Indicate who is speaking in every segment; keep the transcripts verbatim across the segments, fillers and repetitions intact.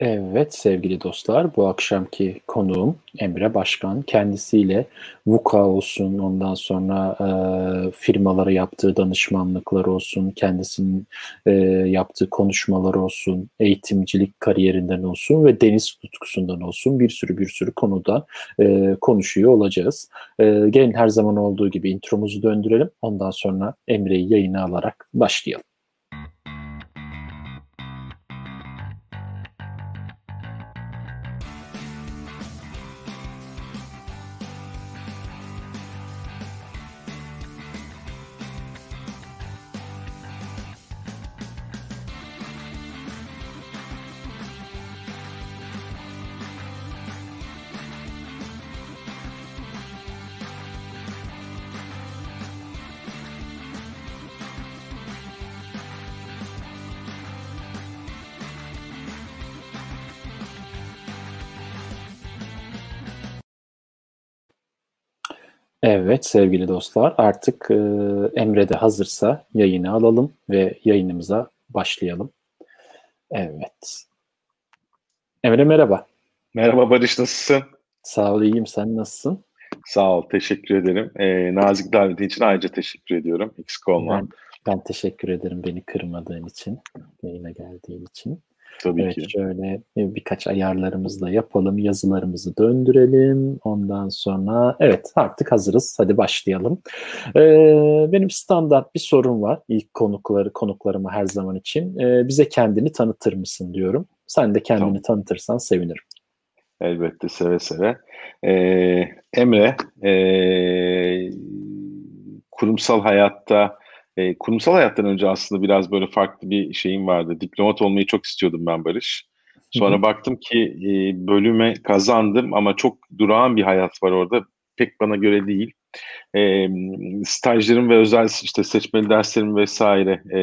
Speaker 1: Evet sevgili dostlar, bu akşamki konuğum Emre Başkan. Kendisiyle VUCA olsun, ondan sonra e, firmalara yaptığı danışmanlıklar olsun, kendisinin e, yaptığı konuşmalar olsun, eğitimcilik kariyerinden olsun ve deniz tutkusundan olsun bir sürü bir sürü konuda e, konuşuyor olacağız. E, gelin her zaman olduğu gibi intromuzu döndürelim. Ondan sonra Emre'yi yayına alarak başlayalım. Evet sevgili dostlar, artık e, Emre de hazırsa yayını alalım ve yayınımıza başlayalım. Evet. Emre merhaba.
Speaker 2: Merhaba Barış, nasılsın?
Speaker 1: Sağ ol, iyiyim. Sen nasılsın?
Speaker 2: Sağ ol, teşekkür ederim. Ee, nazik davetin için ayrıca teşekkür ediyorum. Eksik olma.
Speaker 1: Ben ben teşekkür ederim beni kırmadığın için, yayına geldiğin için.
Speaker 2: Tabii
Speaker 1: Evet,
Speaker 2: ki.
Speaker 1: şöyle birkaç ayarlarımızı da yapalım, yazılarımızı döndürelim. Ondan sonra evet artık hazırız. Hadi başlayalım. Ee, benim standart bir sorum var. İlk konukları konuklarıma her zaman için. Ee, bize kendini tanıtır mısın diyorum. Sen de kendini
Speaker 2: Tamam.
Speaker 1: tanıtırsan sevinirim.
Speaker 2: Elbette, seve seve. Ee, Emre, ee, kurumsal hayatta, ee, kurumsal hayattan önce aslında biraz böyle farklı bir şeyim vardı. Diplomat olmayı çok istiyordum ben Barış.
Speaker 1: Hı hı.
Speaker 2: Sonra baktım ki ee, bölüme kazandım ama çok durağan bir hayat var orada. Pek bana göre değil. E, Stajlarım ve özel işte seçmeli derslerim vesaire e,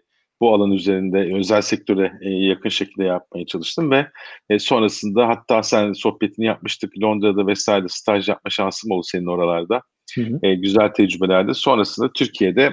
Speaker 2: bu alan üzerinde özel sektöre e, yakın şekilde yapmaya çalıştım ve e, sonrasında hatta sen sohbetini yapmıştık Londra'da vesaire staj yapma şansım oldu senin oralarda.
Speaker 1: Hı hı.
Speaker 2: E, güzel tecrübelerdi. Sonrasında Türkiye'de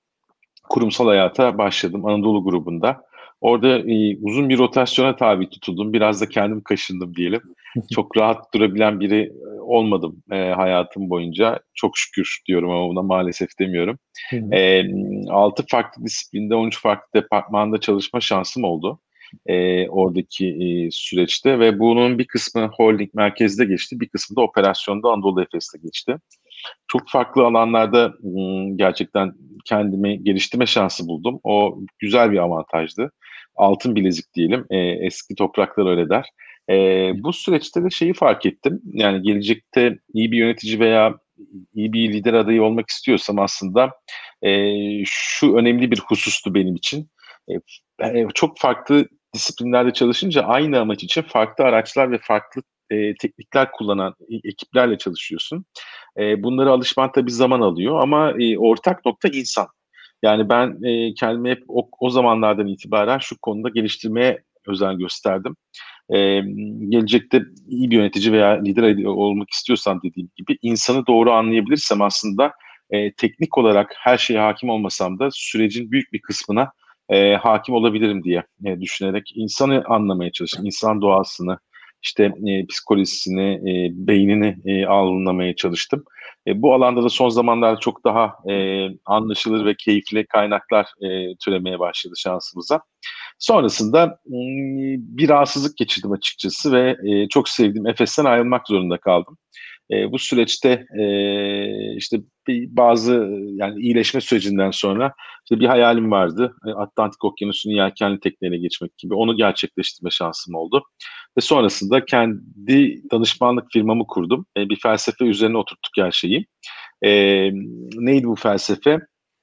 Speaker 2: kurumsal hayata başladım Anadolu grubunda. Orada e, uzun bir rotasyona tabi tutuldum. Biraz da kendim kaşındım diyelim. Çok rahat durabilen biri e, olmadım e, hayatım boyunca. Çok şükür diyorum ama buna maalesef demiyorum.
Speaker 1: Hı hı.
Speaker 2: E, altı farklı disiplinde, on üç farklı departmanda çalışma şansım oldu. E, oradaki e, süreçte ve bunun bir kısmı holding merkezde geçti, bir kısmı da operasyonda Anadolu Efes'te geçti. Çok farklı alanlarda ım, gerçekten kendimi geliştirme şansı buldum. O güzel bir avantajdı. Altın bilezik diyelim. E, eski topraklar öyle der. E, bu süreçte de şeyi fark ettim. Yani gelecekte iyi bir yönetici veya iyi bir lider adayı olmak istiyorsam aslında e, şu önemli bir husustu benim için. E, e, çok farklı disiplinlerde çalışınca aynı amaç için farklı araçlar ve farklı e, teknikler kullanan e, ekiplerle çalışıyorsun. E, bunlara alışman tabii zaman alıyor ama e, ortak nokta insan. Yani ben e, kendimi hep o, o zamanlardan itibaren şu konuda geliştirmeye özen gösterdim. E, Gelecekte iyi bir yönetici veya lider olmak istiyorsam dediğim gibi insanı doğru anlayabilirsem aslında e, teknik olarak her şeye hakim olmasam da sürecin büyük bir kısmına e, hakim olabilirim diye e, düşünerek insanı anlamaya çalıştım. İnsan doğasını, işte e, psikolojisini, e, beynini e, anlamaya çalıştım. E, bu alanda da son zamanlarda çok daha e, anlaşılır ve keyifli kaynaklar e, türemeye başladı şansımıza. Sonrasında m, bir rahatsızlık geçirdim açıkçası ve e, çok sevdiğim Efes'ten ayrılmak zorunda kaldım. E, bu süreçte e, işte bir, bazı yani iyileşme sürecinden sonra işte bir hayalim vardı. E, Atlantik Okyanusu'nu yelkenli tekneyle geçmek gibi. Onu gerçekleştirme şansım oldu. Ve sonrasında kendi danışmanlık firmamı kurdum. E, bir felsefe üzerine oturttuk her şeyi. E, Neydi bu felsefe?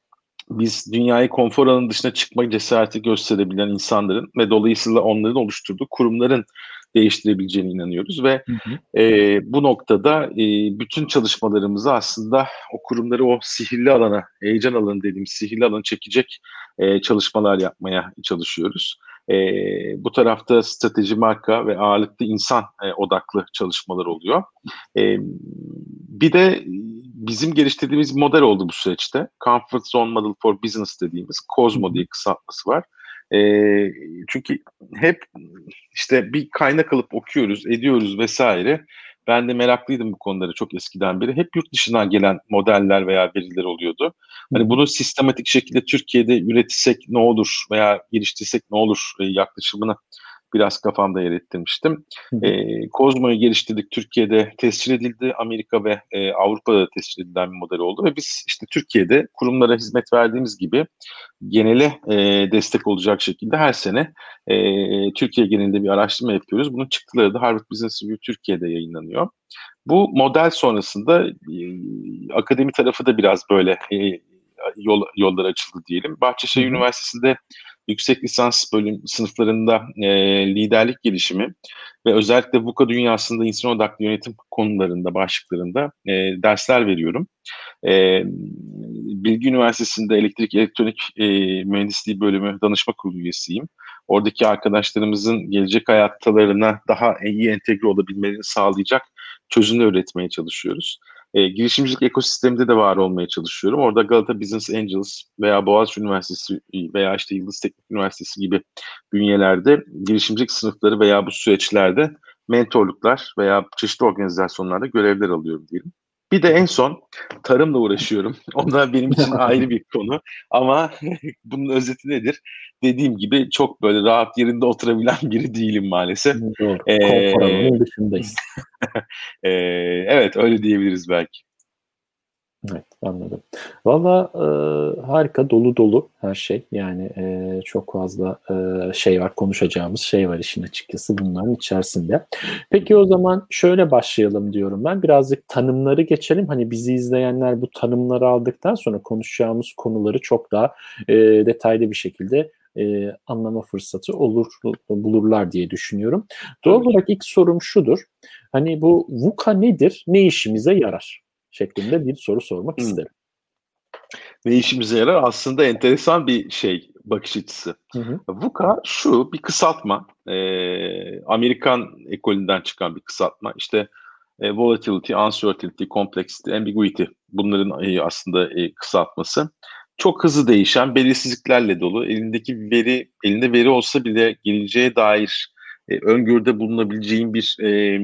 Speaker 2: Biz dünyayı konfor alanının dışına çıkma cesareti gösterebilen insanların ve dolayısıyla onların oluşturduğu kurumların değiştirebileceğine inanıyoruz ve
Speaker 1: Hı hı.
Speaker 2: e, bu noktada e, bütün çalışmalarımızı aslında o kurumları o sihirli alana, heyecan alanı dediğimiz sihirli alanı çekecek e, çalışmalar yapmaya çalışıyoruz. E, Bu tarafta strateji, marka ve ağırlıklı insan e, odaklı çalışmalar oluyor. E, Bir de bizim geliştirdiğimiz model oldu bu süreçte. Comfort Zone Model for Business dediğimiz
Speaker 1: Hı
Speaker 2: COSMO
Speaker 1: hı.
Speaker 2: diye kısaltması var. E, çünkü hep işte bir kaynak alıp okuyoruz, ediyoruz vesaire. Ben de meraklıydım bu konulara çok eskiden beri. Hep yurt dışından gelen modeller veya veriler oluyordu.
Speaker 1: Hı
Speaker 2: Hani
Speaker 1: hı.
Speaker 2: bunu sistematik şekilde Türkiye'de üretirsek ne olur veya geliştirsek ne olur e, yaklaşımını biraz kafamda yer ettirmiştim.
Speaker 1: Hı hı.
Speaker 2: E, Kozmo'yu geliştirdik. Türkiye'de tescil edildi. Amerika ve e, Avrupa'da da tescil edilen bir model oldu ve biz işte Türkiye'de kurumlara hizmet verdiğimiz gibi genele e, destek olacak şekilde her sene e, Türkiye genelinde bir araştırma yapıyoruz. Bunun çıktıları da Harvard Business Review Türkiye'de yayınlanıyor. Bu model sonrasında e, akademi tarafı da biraz böyle e, yol, yollar açıldı diyelim.
Speaker 1: Hı
Speaker 2: Bahçeşehir
Speaker 1: hı.
Speaker 2: Üniversitesi'nde yüksek lisans bölüm sınıflarında e, liderlik gelişimi ve özellikle VUCA dünyasında insan odaklı yönetim konularında, başlıklarında e, dersler veriyorum. E, Bilgi Üniversitesi'nde elektrik elektronik e, mühendisliği bölümü danışma kurulu üyesiyim. Oradaki arkadaşlarımızın gelecek hayatlarına daha iyi entegre olabilmelerini sağlayacak çözümler üretmeye çalışıyoruz. E, girişimcilik ekosisteminde de var olmaya çalışıyorum. Orada Galata Business Angels veya Boğaziçi Üniversitesi veya işte Yıldız Teknik Üniversitesi gibi bünyelerde girişimcilik sınıfları veya bu süreçlerde mentorluklar veya çeşitli organizasyonlarda görevler alıyorum diyelim. Bir de en son tarımla uğraşıyorum. O da benim için ayrı bir konu. Ama bunun özeti nedir? Dediğim gibi çok böyle rahat yerinde oturabilen biri değilim maalesef.
Speaker 1: Doğru.
Speaker 2: Ee,
Speaker 1: Konfor alanının dışındayız.
Speaker 2: e, evet öyle diyebiliriz belki.
Speaker 1: Evet, anladım. Valla e, harika, dolu dolu her şey. Yani e, çok fazla e, şey var, konuşacağımız şey var işin açıkçası bunların içerisinde. Peki o zaman şöyle başlayalım diyorum ben. Birazcık tanımları geçelim. Hani bizi izleyenler bu tanımları aldıktan sonra konuşacağımız konuları çok daha e, detaylı bir şekilde e, anlama fırsatı olur bulurlar diye düşünüyorum. Doğal
Speaker 2: Tabii ki.
Speaker 1: olarak ilk sorum şudur. Hani bu VUCA nedir? Ne işimize yarar? Şeklinde bir soru sormak
Speaker 2: Hmm.
Speaker 1: isterim.
Speaker 2: Ne işimize yarar? Aslında enteresan bir şey, bakış açısı.
Speaker 1: Hı hı.
Speaker 2: VUCA şu, bir kısaltma. Ee, Amerikan ekolünden çıkan bir kısaltma. İşte e, volatility, uncertainty, complexity, ambiguity. Bunların e, aslında e, kısaltması. Çok hızlı değişen, belirsizliklerle dolu. Elindeki veri, elinde veri olsa bile geleceğe dair e, öngörüde bulunabileceğin bir e,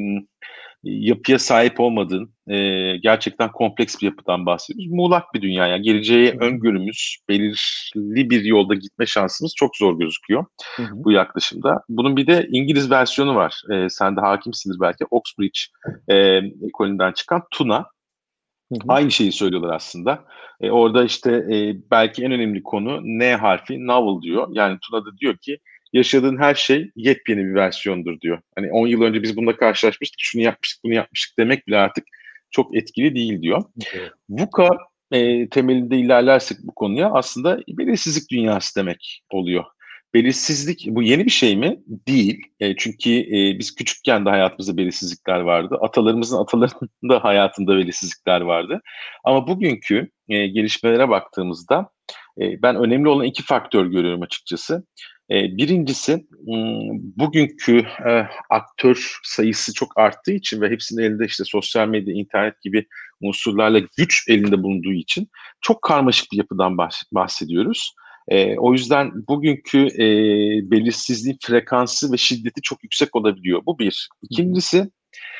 Speaker 2: yapıya sahip olmadığın e, gerçekten kompleks bir yapıdan bahsediyoruz. Muğlak bir dünya, yani geleceğe
Speaker 1: Hı hı.
Speaker 2: öngörümüz, belirli bir yolda gitme şansımız çok zor gözüküyor
Speaker 1: Hı hı.
Speaker 2: bu yaklaşımda. Bunun bir de İngiliz versiyonu var. E, sen de hakimsindir belki. Oxbridge e, ekolünden çıkan Tuna.
Speaker 1: Hı hı.
Speaker 2: Aynı şeyi söylüyorlar aslında. E, orada işte e, belki en önemli konu N harfi, novel diyor. Yani Tuna da diyor ki yaşadığın her şey yepyeni bir versiyondur diyor. Hani on yıl önce biz bununla karşılaşmıştık, şunu yapmıştık, bunu yapmıştık demek bile artık çok etkili değil diyor.
Speaker 1: Doğru.
Speaker 2: VUCA e, temelinde ilerlersek bu konuya aslında belirsizlik dünyası demek oluyor. Belirsizlik bu yeni bir şey mi? Değil. E, çünkü e, biz küçükken de hayatımızda belirsizlikler vardı. Atalarımızın atalarının da hayatında belirsizlikler vardı. Ama bugünkü e, gelişmelere baktığımızda e, ben önemli olan iki faktör görüyorum açıkçası. E, birincisi m, bugünkü e, aktör sayısı çok arttığı için ve hepsinin elinde işte sosyal medya, internet gibi unsurlarla güç elinde bulunduğu için çok karmaşık bir yapıdan bahs- bahsediyoruz. E, o yüzden bugünkü e, belirsizliğin frekansı ve şiddeti çok yüksek olabiliyor. Bu bir.
Speaker 1: Hı hı.
Speaker 2: İkincisi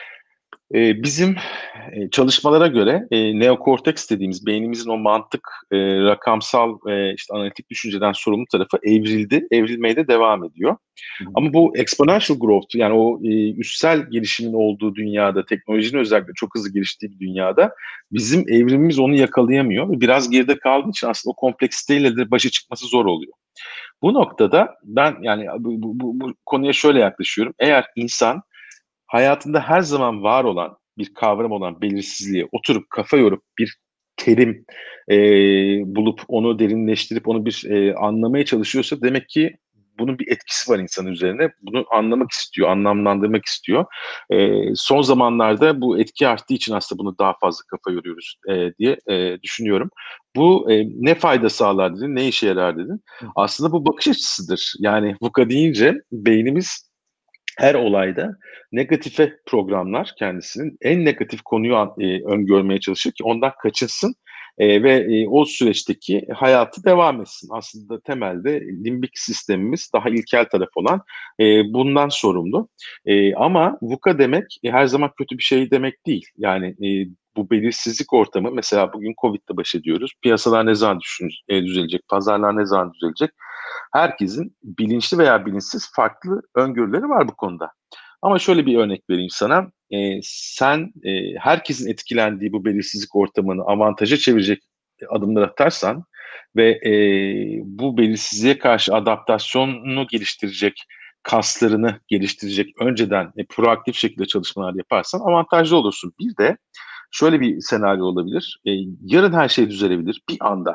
Speaker 2: e, bizim e, çalışmalara göre e, neokorteks dediğimiz beynimizin o mantık, e, rakamsal, e, işte analitik düşünceden sorumlu tarafı evrildi, evrilmeye de devam ediyor.
Speaker 1: Hı hı.
Speaker 2: Ama bu exponential growth, yani o e, üstsel gelişimin olduğu dünyada, teknolojinin özellikle çok hızlı geliştiği bir dünyada bizim evrimimiz onu yakalayamıyor ve biraz geride kaldığı için aslında o kompleksiteyle de başa çıkması zor oluyor. Bu noktada ben yani bu, bu, bu, bu konuya şöyle yaklaşıyorum. Eğer insan hayatında her zaman var olan bir kavram olan belirsizliğe oturup kafa yorup bir terim e, bulup onu derinleştirip onu bir e, anlamaya çalışıyorsa demek ki bunun bir etkisi var insanın üzerine. Bunu anlamak istiyor, anlamlandırmak istiyor. E, son zamanlarda bu etki arttığı için aslında bunu daha fazla kafa yoruyoruz e, diye e, düşünüyorum. Bu e, ne fayda sağlar dedin, ne işe yarar dedin. Aslında bu bakış açısıdır. Yani VUCA deyince beynimiz her olayda negatife programlar kendisinin. En negatif konuyu e, öngörmeye çalışır ki ondan kaçınsın E, ve e, o süreçteki hayatı devam etsin. Aslında temelde limbik sistemimiz daha ilkel taraf olan e, bundan sorumlu. E, ama VUCA demek e, her zaman kötü bir şey demek değil. Yani e, bu belirsizlik ortamı, mesela bugün Covid'le baş ediyoruz. Piyasalar ne zaman düşün, e, düzelecek, pazarlar ne zaman düzelecek? Herkesin bilinçli veya bilinçsiz farklı öngörüleri var bu konuda. Ama şöyle bir örnek vereyim sana. E, sen e, herkesin etkilendiği bu belirsizlik ortamını avantaja çevirecek adımlar atarsan ve e, bu belirsizliğe karşı adaptasyonunu geliştirecek, kaslarını geliştirecek, önceden e, proaktif şekilde çalışmalar yaparsan avantajlı olursun. Bir de şöyle bir senaryo olabilir. E, yarın her şey düzelebilir bir anda.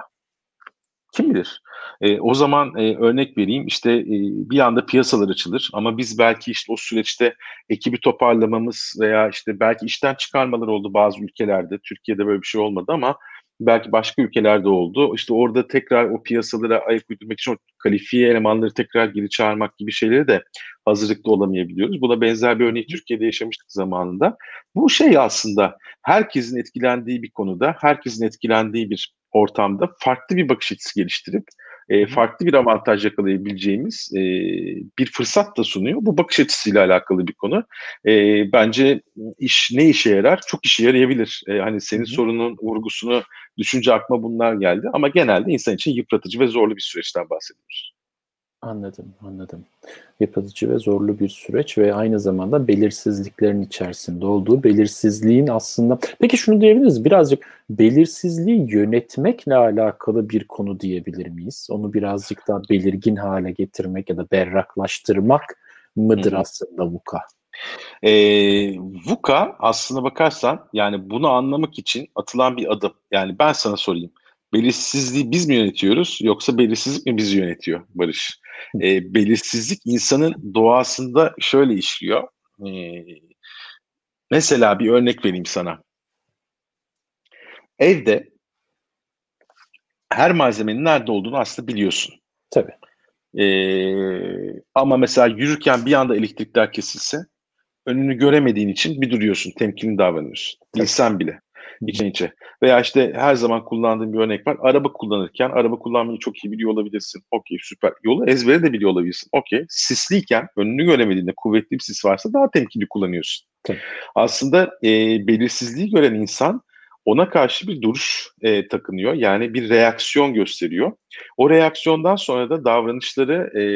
Speaker 2: Kim bilir? E, o zaman e, örnek vereyim, işte e, bir anda piyasalar açılır ama biz belki işte o süreçte ekibi toparlamamız veya işte belki işten çıkarmalar oldu bazı ülkelerde. Türkiye'de böyle bir şey olmadı ama belki başka ülkelerde oldu. İşte orada tekrar o piyasalara ayak uydurmak için o kalifiye elemanları tekrar geri çağırmak gibi şeyleri de hazırlıklı olamayabiliyoruz. Buna benzer bir örneği Türkiye'de yaşamıştık zamanında. Bu şey aslında herkesin etkilendiği bir konuda, herkesin etkilendiği bir ortamda farklı bir bakış açısı geliştirip e, farklı bir avantaj yakalayabileceğimiz e, bir fırsat da sunuyor. Bu bakış açısıyla alakalı bir konu. E, bence iş ne işe yarar? Çok işe yarayabilir. E, hani senin hı hı. sorunun vurgusunu düşünce aklıma bunlar geldi. Ama genelde insan için yıpratıcı ve zorlu bir süreçten bahsediyoruz.
Speaker 1: Anladım, anladım. Yıpratıcı ve zorlu bir süreç ve aynı zamanda belirsizliklerin içerisinde olduğu, belirsizliğin aslında... Peki şunu diyebiliriz, birazcık belirsizliği yönetmekle alakalı bir konu diyebilir miyiz? Onu birazcık daha belirgin hale getirmek ya da berraklaştırmak mıdır Hı-hı. aslında VUCA?
Speaker 2: E, VUCA aslına bakarsan yani bunu anlamak için atılan bir adım. Yani ben sana sorayım. Belirsizliği biz mi yönetiyoruz yoksa belirsizlik mi bizi yönetiyor Barış? E, belirsizlik insanın doğasında şöyle işliyor. E, mesela bir örnek vereyim sana. Evde her malzemenin nerede olduğunu aslında biliyorsun.
Speaker 1: Tabii.
Speaker 2: E, ama mesela yürürken bir anda elektrikler kesilse önünü göremediğin için bir duruyorsun, temkinli davranıyorsun. Bilsen bile. İçe içe. Veya işte her zaman kullandığım bir örnek var. Araba kullanırken araba kullanmayı çok iyi biliyor olabilirsin. Okey, süper. Yolu ezbere de biliyor olabilirsin. Okey. Sisliyken önünü göremediğinde kuvvetli bir sis varsa daha temkinli kullanıyorsun. Tabii. Aslında e, belirsizliği gören insan ona karşı bir duruş e, takınıyor. Yani bir reaksiyon gösteriyor. O reaksiyondan sonra da davranışları e,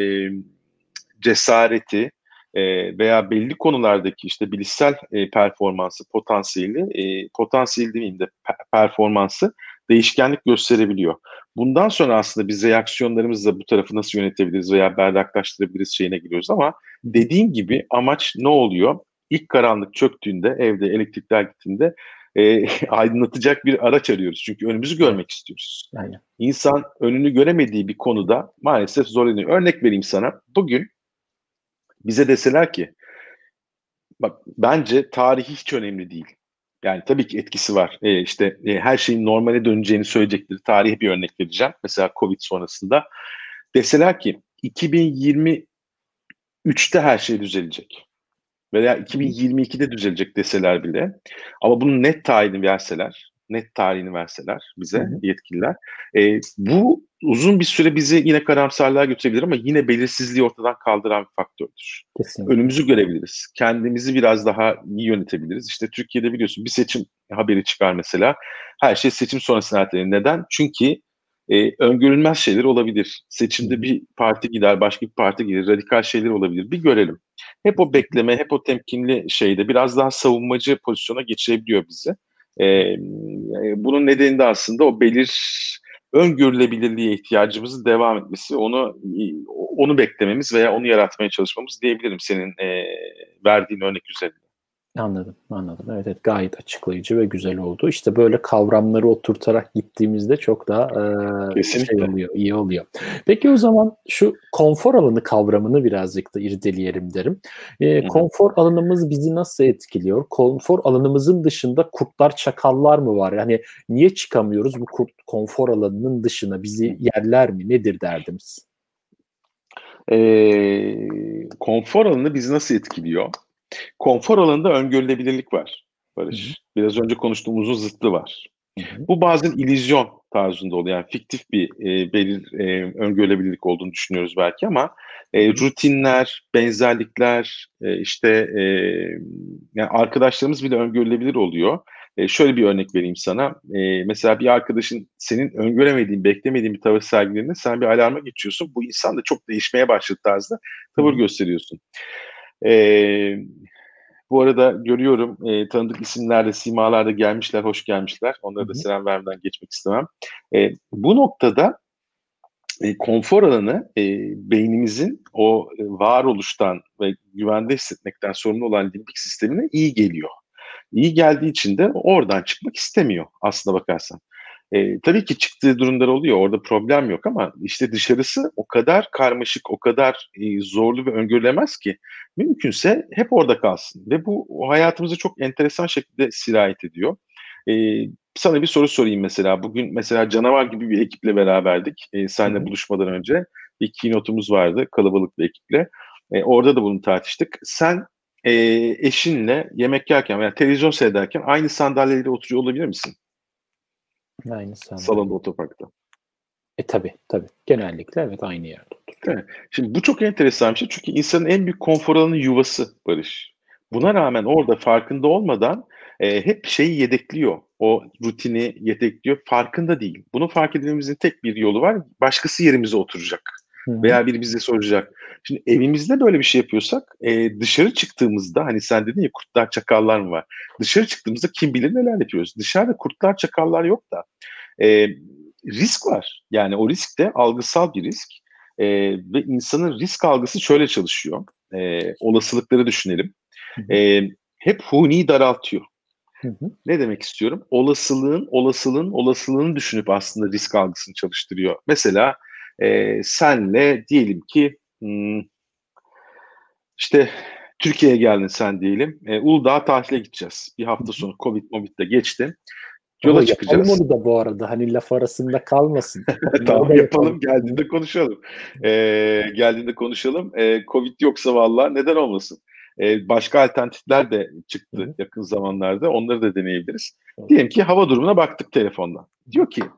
Speaker 2: cesareti, e, veya belli konulardaki işte bilişsel e, performansı, potansiyeli, e, potansiyel demeyeyim de pe- performansı değişkenlik gösterebiliyor. Bundan sonra aslında biz reaksiyonlarımızla bu tarafı nasıl yönetebiliriz veya berraklaştırabiliriz şeyine giriyoruz ama dediğin gibi amaç ne oluyor? İlk karanlık çöktüğünde, evde elektrikler gittiğinde e, aydınlatacak bir araç arıyoruz. Çünkü önümüzü görmek evet. istiyoruz. Aynen. İnsan önünü göremediği bir konuda maalesef zorlanıyor. Örnek vereyim sana. Bugün bize deseler ki bak bence tarihi hiç önemli değil. Yani tabii ki etkisi var. E, işte e, her şeyin normale döneceğini söyleyecektir. Tarihi bir örnek vereceğim. Mesela Covid sonrasında deseler ki iki bin yirmi üçte her şey düzelecek. Veya iki bin yirmi ikide düzelecek deseler bile. Ama bunun net tarihini verseler, net tarihini verseler bize hı hı. yetkililer. E, bu uzun bir süre bizi yine karamsarlığa götürebilir ama yine belirsizliği ortadan kaldıran bir faktördür. Kesinlikle. Önümüzü görebiliriz. Kendimizi biraz daha iyi yönetebiliriz. İşte Türkiye'de biliyorsun bir seçim haberi çıkar mesela. Her şey seçim sonrasına ertelenir. Neden? Çünkü e, öngörülmez şeyler olabilir. Seçimde hı hı. bir parti gider, başka bir parti gelir. Radikal şeyler olabilir. Bir görelim. Hep o bekleme, hep o temkinli şeyde biraz daha savunmacı pozisyona geçirebiliyor bizi. Ee, bunun nedeni de aslında o belir, öngörülebilirliğe ihtiyacımızın devam etmesi, onu onu beklememiz veya onu yaratmaya çalışmamız diyebilirim senin e, verdiğin örnek üzerinde.
Speaker 1: Anladım, anladım. Evet, evet, gayet açıklayıcı ve güzel oldu. İşte böyle kavramları oturtarak gittiğimizde çok daha e, şey oluyor, iyi oluyor. Peki o zaman şu konfor alanı kavramını birazcık da irdeleyelim derim. E, konfor alanımız bizi nasıl etkiliyor? Konfor alanımızın dışında kurtlar, çakallar mı var? Yani niye çıkamıyoruz bu kurt, konfor alanının dışına? Bizi yerler mi? Nedir derdimiz?
Speaker 2: E, konfor alanı bizi nasıl etkiliyor? Konfor alanında öngörülebilirlik var Barış. Hı hı. Biraz önce konuştuğumuzun zıttı var.
Speaker 1: Hı hı.
Speaker 2: Bu bazen illüzyon tarzında oluyor. Yani fiktif bir e, belir, e, öngörülebilirlik olduğunu düşünüyoruz belki ama
Speaker 1: Hı
Speaker 2: e,
Speaker 1: hı.
Speaker 2: rutinler, benzerlikler, e, işte e, yani arkadaşlarımız bile öngörülebilir oluyor. E, şöyle bir örnek vereyim sana. E, mesela bir arkadaşın senin öngöremediğin, beklemediğin bir tavır sergilediğinde sen bir alarma geçiyorsun. Bu insan da çok değişmeye başladı tarzda
Speaker 1: Hı
Speaker 2: tavır
Speaker 1: hı.
Speaker 2: gösteriyorsun. E, Bu arada görüyorum e, tanıdık isimler de simalar da gelmişler, hoş gelmişler.
Speaker 1: Hı
Speaker 2: Onlara da
Speaker 1: hı.
Speaker 2: selam vermeden geçmek istemem. E, bu noktada e, konfor alanı e, beynimizin o e, varoluştan ve güvende hissetmekten sorumlu olan limbik sistemine iyi geliyor. İyi geldiği için de oradan çıkmak istemiyor aslına bakarsan. E, tabii ki çıktığı durumlar oluyor. Orada problem yok ama işte dışarısı o kadar karmaşık, o kadar e, zorlu ve öngörülemez ki mümkünse hep orada kalsın. Ve bu o hayatımıza çok enteresan şekilde sirayet ediyor. E, Sana bir soru sorayım mesela. Bugün mesela canavar gibi bir ekiple beraberdik. E,
Speaker 1: Hı
Speaker 2: seninle
Speaker 1: hı.
Speaker 2: buluşmadan önce bir keynote'umuz vardı kalabalık bir ekiple. E, orada da bunu tartıştık. Sen e, eşinle yemek yerken veya televizyon seyrederken aynı sandalyede oturuyor olabilir misin?
Speaker 1: Aynı sandalye.
Speaker 2: Salonda, otoparkta.
Speaker 1: E tabii tabii. Genellikle evet aynı yerde
Speaker 2: Değil
Speaker 1: oturuyorum.
Speaker 2: mi? Şimdi bu çok enteresan bir şey çünkü insanın en büyük konfor alanı yuvası Barış. Buna
Speaker 1: Tabii.
Speaker 2: rağmen orada farkında olmadan e, hep şeyi yedekliyor. O rutini yedekliyor. Farkında değil. Bunu fark etmemizin tek bir yolu var. Başkası yerimize oturacak.
Speaker 1: Hı hı.
Speaker 2: Veya biri bize soracak. Şimdi evimizde böyle bir şey yapıyorsak e, dışarı çıktığımızda hani sen dedin ya kurtlar çakallar mı var? Dışarı çıktığımızda kim bilir neler yapıyoruz. Dışarıda kurtlar çakallar yok da e, risk var. Yani o risk de algısal bir risk. E, Ve insanın risk algısı şöyle çalışıyor. E, olasılıkları düşünelim.
Speaker 1: Hı hı.
Speaker 2: E, Hep huniyi daraltıyor.
Speaker 1: Hı hı.
Speaker 2: Ne demek istiyorum? Olasılığın, olasılığın, olasılığını düşünüp aslında risk algısını çalıştırıyor. Mesela e, senle diyelim ki hmm, işte Türkiye'ye geldin sen diyelim. E, Uludağ'a tatile gideceğiz. Bir
Speaker 1: Hı
Speaker 2: hafta
Speaker 1: hı.
Speaker 2: sonra Covid Movid de geçti.
Speaker 1: O
Speaker 2: Yola
Speaker 1: yapalım
Speaker 2: çıkacağız.
Speaker 1: onu da bu arada. Hani laf arasında kalmasın. Bunları
Speaker 2: Tamam
Speaker 1: da yapalım.
Speaker 2: yapalım.
Speaker 1: Hı hı.
Speaker 2: Geldiğinde konuşalım. Ee, geldiğinde konuşalım. Ee, Covid yoksa vallahi neden olmasın? Ee, başka alternatifler de
Speaker 1: Hı
Speaker 2: çıktı
Speaker 1: hı.
Speaker 2: yakın zamanlarda. Onları da deneyebiliriz.
Speaker 1: Doğru.
Speaker 2: Diyelim ki hava durumuna baktık telefondan.
Speaker 1: Hı hı.
Speaker 2: Diyor ki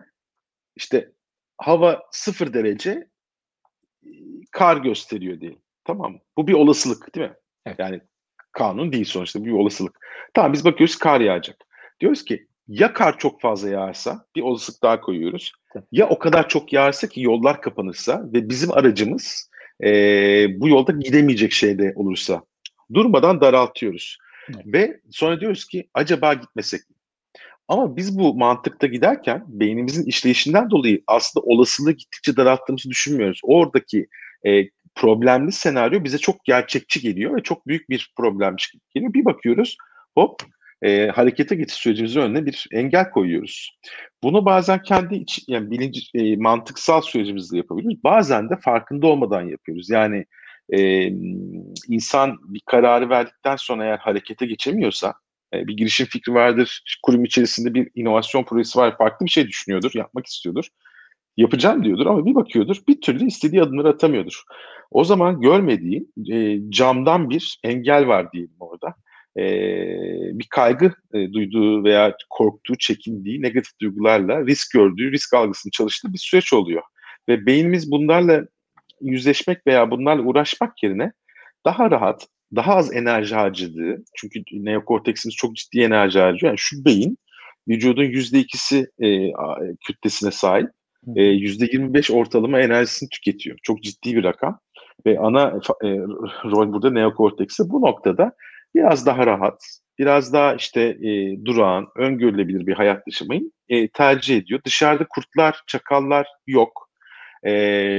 Speaker 2: işte hava sıfır derece e, kar gösteriyor diyelim. Tamam mı? Bu bir olasılık değil mi?
Speaker 1: Evet.
Speaker 2: Yani kanun değil sonuçta bu bir olasılık. Tamam biz bakıyoruz kar yağacak. Diyoruz ki ya kar çok fazla yağarsa bir olasılık daha koyuyoruz.
Speaker 1: Tabii.
Speaker 2: Ya o kadar çok yağarsa ki yollar kapanırsa ve bizim aracımız eee, bu yolda gidemeyecek şeyde olursa durmadan daraltıyoruz.
Speaker 1: Evet.
Speaker 2: Ve sonra diyoruz ki acaba gitmesek mi? Ama biz bu mantıkta giderken beynimizin işleyişinden dolayı aslında olasılığı gittikçe daralttığımızı düşünmüyoruz. Oradaki e, problemli senaryo bize çok gerçekçi geliyor ve çok büyük bir problemmiş gibi geliyor. Bir bakıyoruz hop e, harekete geçiş sürecimizin önüne bir engel koyuyoruz. Bunu bazen kendi iç, yani bilinci, e, mantıksal sürecimizde yapabiliyoruz. Bazen de farkında olmadan yapıyoruz. Yani e, insan bir kararı verdikten sonra eğer harekete geçemiyorsa e, bir girişim fikri vardır, kurum içerisinde bir inovasyon projesi var, farklı bir şey düşünüyordur, yapmak istiyordur. Yapacağım diyordur ama bir bakıyordur bir türlü istediği adımları atamıyordur. O zaman görmediği e, camdan bir engel var diyelim orada. E, Bir kaygı e, duyduğu veya korktuğu, çekindiği negatif duygularla risk gördüğü, risk algısını çalıştığı bir süreç oluyor. Ve beynimiz bunlarla yüzleşmek veya bunlarla uğraşmak yerine daha rahat, daha az enerji harcadığı, çünkü neokorteksimiz çok ciddi enerji harcıyor. Yani şu beyin vücudun yüzde ikisi e, kütlesine sahip,
Speaker 1: Hı
Speaker 2: e,
Speaker 1: hı.
Speaker 2: yüzde yirmi beş ortalama enerjisini tüketiyor. Çok ciddi bir rakam. Ve ana e, rol burada neokorteksi. Bu noktada biraz daha rahat, biraz daha işte e, durağan, öngörülebilir bir hayat yaşamayı e, tercih ediyor. Dışarıda kurtlar, çakallar yok. E,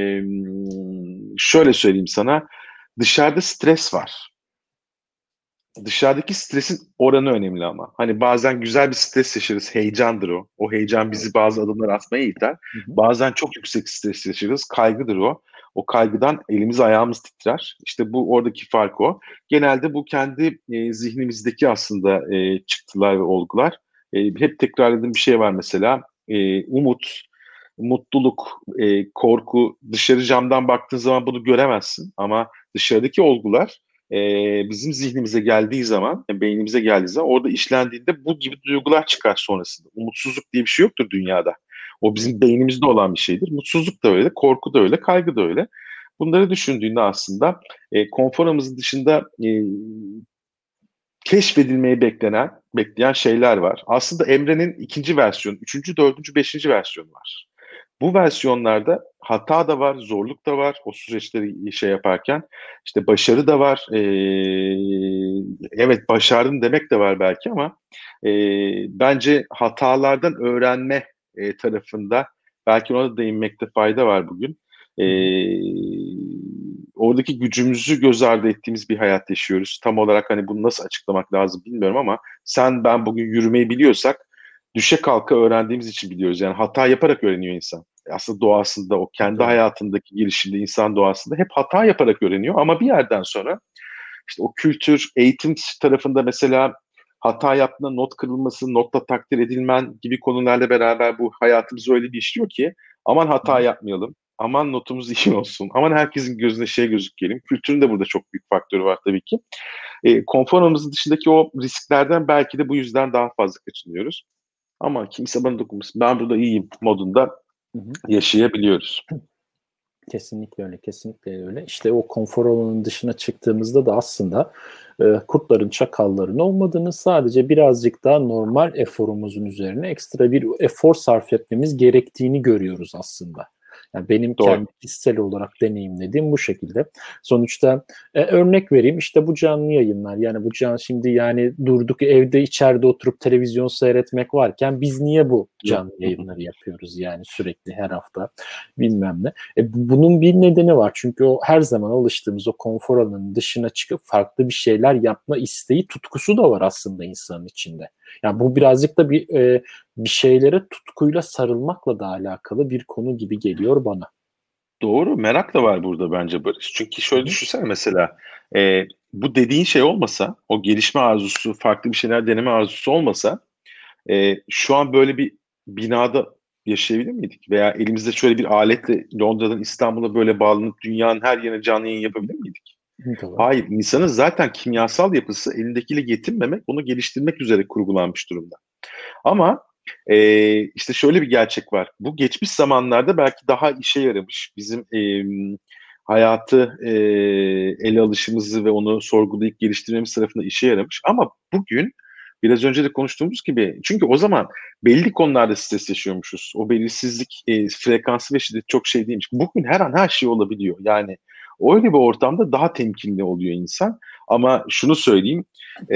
Speaker 2: Şöyle söyleyeyim sana, dışarıda stres var. Dışarıdaki stresin oranı önemli ama. Hani bazen güzel bir stres yaşarız, heyecandır o. O heyecan
Speaker 1: Evet.
Speaker 2: bizi bazı adımlar atmaya iter.
Speaker 1: Hı hı.
Speaker 2: Bazen çok yüksek stres yaşarız, kaygıdır o. O kaygıdan elimiz ayağımız titrer. İşte bu oradaki fark o. Genelde bu kendi e, zihnimizdeki aslında e, çıktılar ve olgular. E, hep tekrarladığım bir şey var mesela. E, umut, mutluluk, e, korku. Dışarı camdan baktığın zaman bunu göremezsin ama dışarıdaki olgular e, bizim zihnimize geldiği zaman, yani beynimize geldiği zaman orada işlendiğinde bu gibi duygular çıkar sonrasında. Umutsuzluk diye bir şey yoktur dünyada. O bizim beynimizde olan bir şeydir. Mutsuzluk da öyle, korku da öyle, kaygı da öyle. Bunları düşündüğünde aslında e, konforumuzun dışında e, keşfedilmeyi beklenen, bekleyen şeyler var. Aslında Emre'nin ikinci versiyonu, üçüncü, dördüncü, beşinci versiyonu var. Bu versiyonlarda hata da var, zorluk da var o süreçleri şey yaparken. İşte başarı da var. Ee, evet başardın demek de var belki ama e, bence hatalardan öğrenme e, tarafında belki ona da değinmekte fayda var bugün. Ee, oradaki gücümüzü göz ardı ettiğimiz bir hayat yaşıyoruz. Tam olarak hani bunu nasıl açıklamak lazım bilmiyorum ama sen ben bugün yürümeyi biliyorsak düşe kalka öğrendiğimiz için biliyoruz. Yani hata yaparak öğreniyor insan. Aslında doğasında, o kendi
Speaker 1: Doğru.
Speaker 2: hayatındaki gelişimde, insan doğasında hep hata yaparak öğreniyor. Ama bir yerden sonra işte o kültür, eğitim tarafında mesela hata yaptığında not kırılması, notla takdir edilmen gibi konularla beraber bu hayatımızı öyle bir işliyor ki aman hata yapmayalım, aman notumuz iyi olsun, aman herkesin gözüne şey gözükelim. Kültürün de burada çok büyük faktörü var tabii ki. E, konfor alanımızın dışındaki o risklerden belki de bu yüzden daha fazla kaçınıyoruz. Ama kimse bana dokunmasın, ben burada iyiyim modunda
Speaker 1: Hı hı.
Speaker 2: yaşayabiliyoruz.
Speaker 1: Kesinlikle öyle, kesinlikle öyle. İşte o konfor alanının dışına çıktığımızda da aslında e, kurtların, çakalların olmadığını, sadece birazcık daha normal eforumuzun üzerine ekstra bir efor sarf etmemiz gerektiğini görüyoruz aslında. Yani benim
Speaker 2: Doğru.
Speaker 1: kendi kişisel olarak deneyimlediğim bu şekilde. Sonuçta e, örnek vereyim, işte bu canlı yayınlar, yani bu can şimdi yani durduk evde içeride oturup televizyon seyretmek varken biz niye bu canlı yayınları yapıyoruz yani sürekli her hafta bilmem ne. E, bunun bir nedeni var. Çünkü o her zaman alıştığımız o konfor alanının dışına çıkıp farklı bir şeyler yapma isteği, tutkusu da var aslında insanın içinde. Yani bu birazcık da bir e, bir şeylere tutkuyla sarılmakla da alakalı bir konu gibi geliyor bana.
Speaker 2: Doğru. Merak da var burada bence Barış. Çünkü
Speaker 1: Hı
Speaker 2: şöyle
Speaker 1: hı.
Speaker 2: düşünsene mesela e, bu dediğin şey olmasa, o gelişme arzusu, farklı bir şeyler deneme arzusu olmasa e, şu an böyle bir binada yaşayabilir miydik? Veya elimizde şöyle bir aletle Londra'dan İstanbul'a böyle bağlanıp dünyanın her yerine canlı yayın yapabilir miydik?
Speaker 1: Doğru.
Speaker 2: Hayır. İnsanın zaten kimyasal yapısı elindekiyle yetinmemek, onu geliştirmek üzere kurgulanmış durumda. Ama e, işte şöyle bir gerçek var. Bu geçmiş zamanlarda belki daha işe yaramış. Bizim e, hayatı e, ele alışımızı ve onu sorgulayıp geliştirmemiz tarafında işe yaramış. Ama bugün biraz önce de konuştuğumuz gibi, çünkü o zaman belli konularda stres yaşıyormuşuz. O belirsizlik e, frekansı ve şiddet çok şey değilmiş. Bugün her an her şey olabiliyor. Yani öyle bir ortamda daha temkinli oluyor insan. Ama şunu söyleyeyim, e,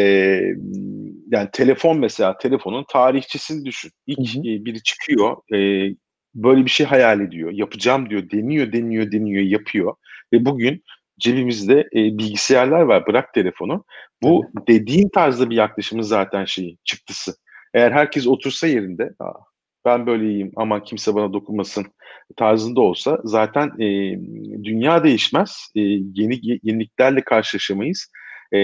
Speaker 2: yani telefon mesela, telefonun tarihçesini düşün.
Speaker 1: Hı
Speaker 2: İlk
Speaker 1: hı.
Speaker 2: e, biri çıkıyor, e, böyle bir şey hayal ediyor, yapacağım diyor, deniyor, deniyor, deniyor, yapıyor. Ve bugün cebimizde e, bilgisayarlar var, bırak telefonu.
Speaker 1: Tabii.
Speaker 2: Bu dediğin tarzda bir yaklaşımın zaten şeyi, çıktısı. Eğer herkes otursa yerinde, "Aa, ben böyle iyiyim, ama kimse bana dokunmasın" tarzında olsa zaten e, dünya değişmez, e, yeni yeniliklerle karşılaşamayız. E,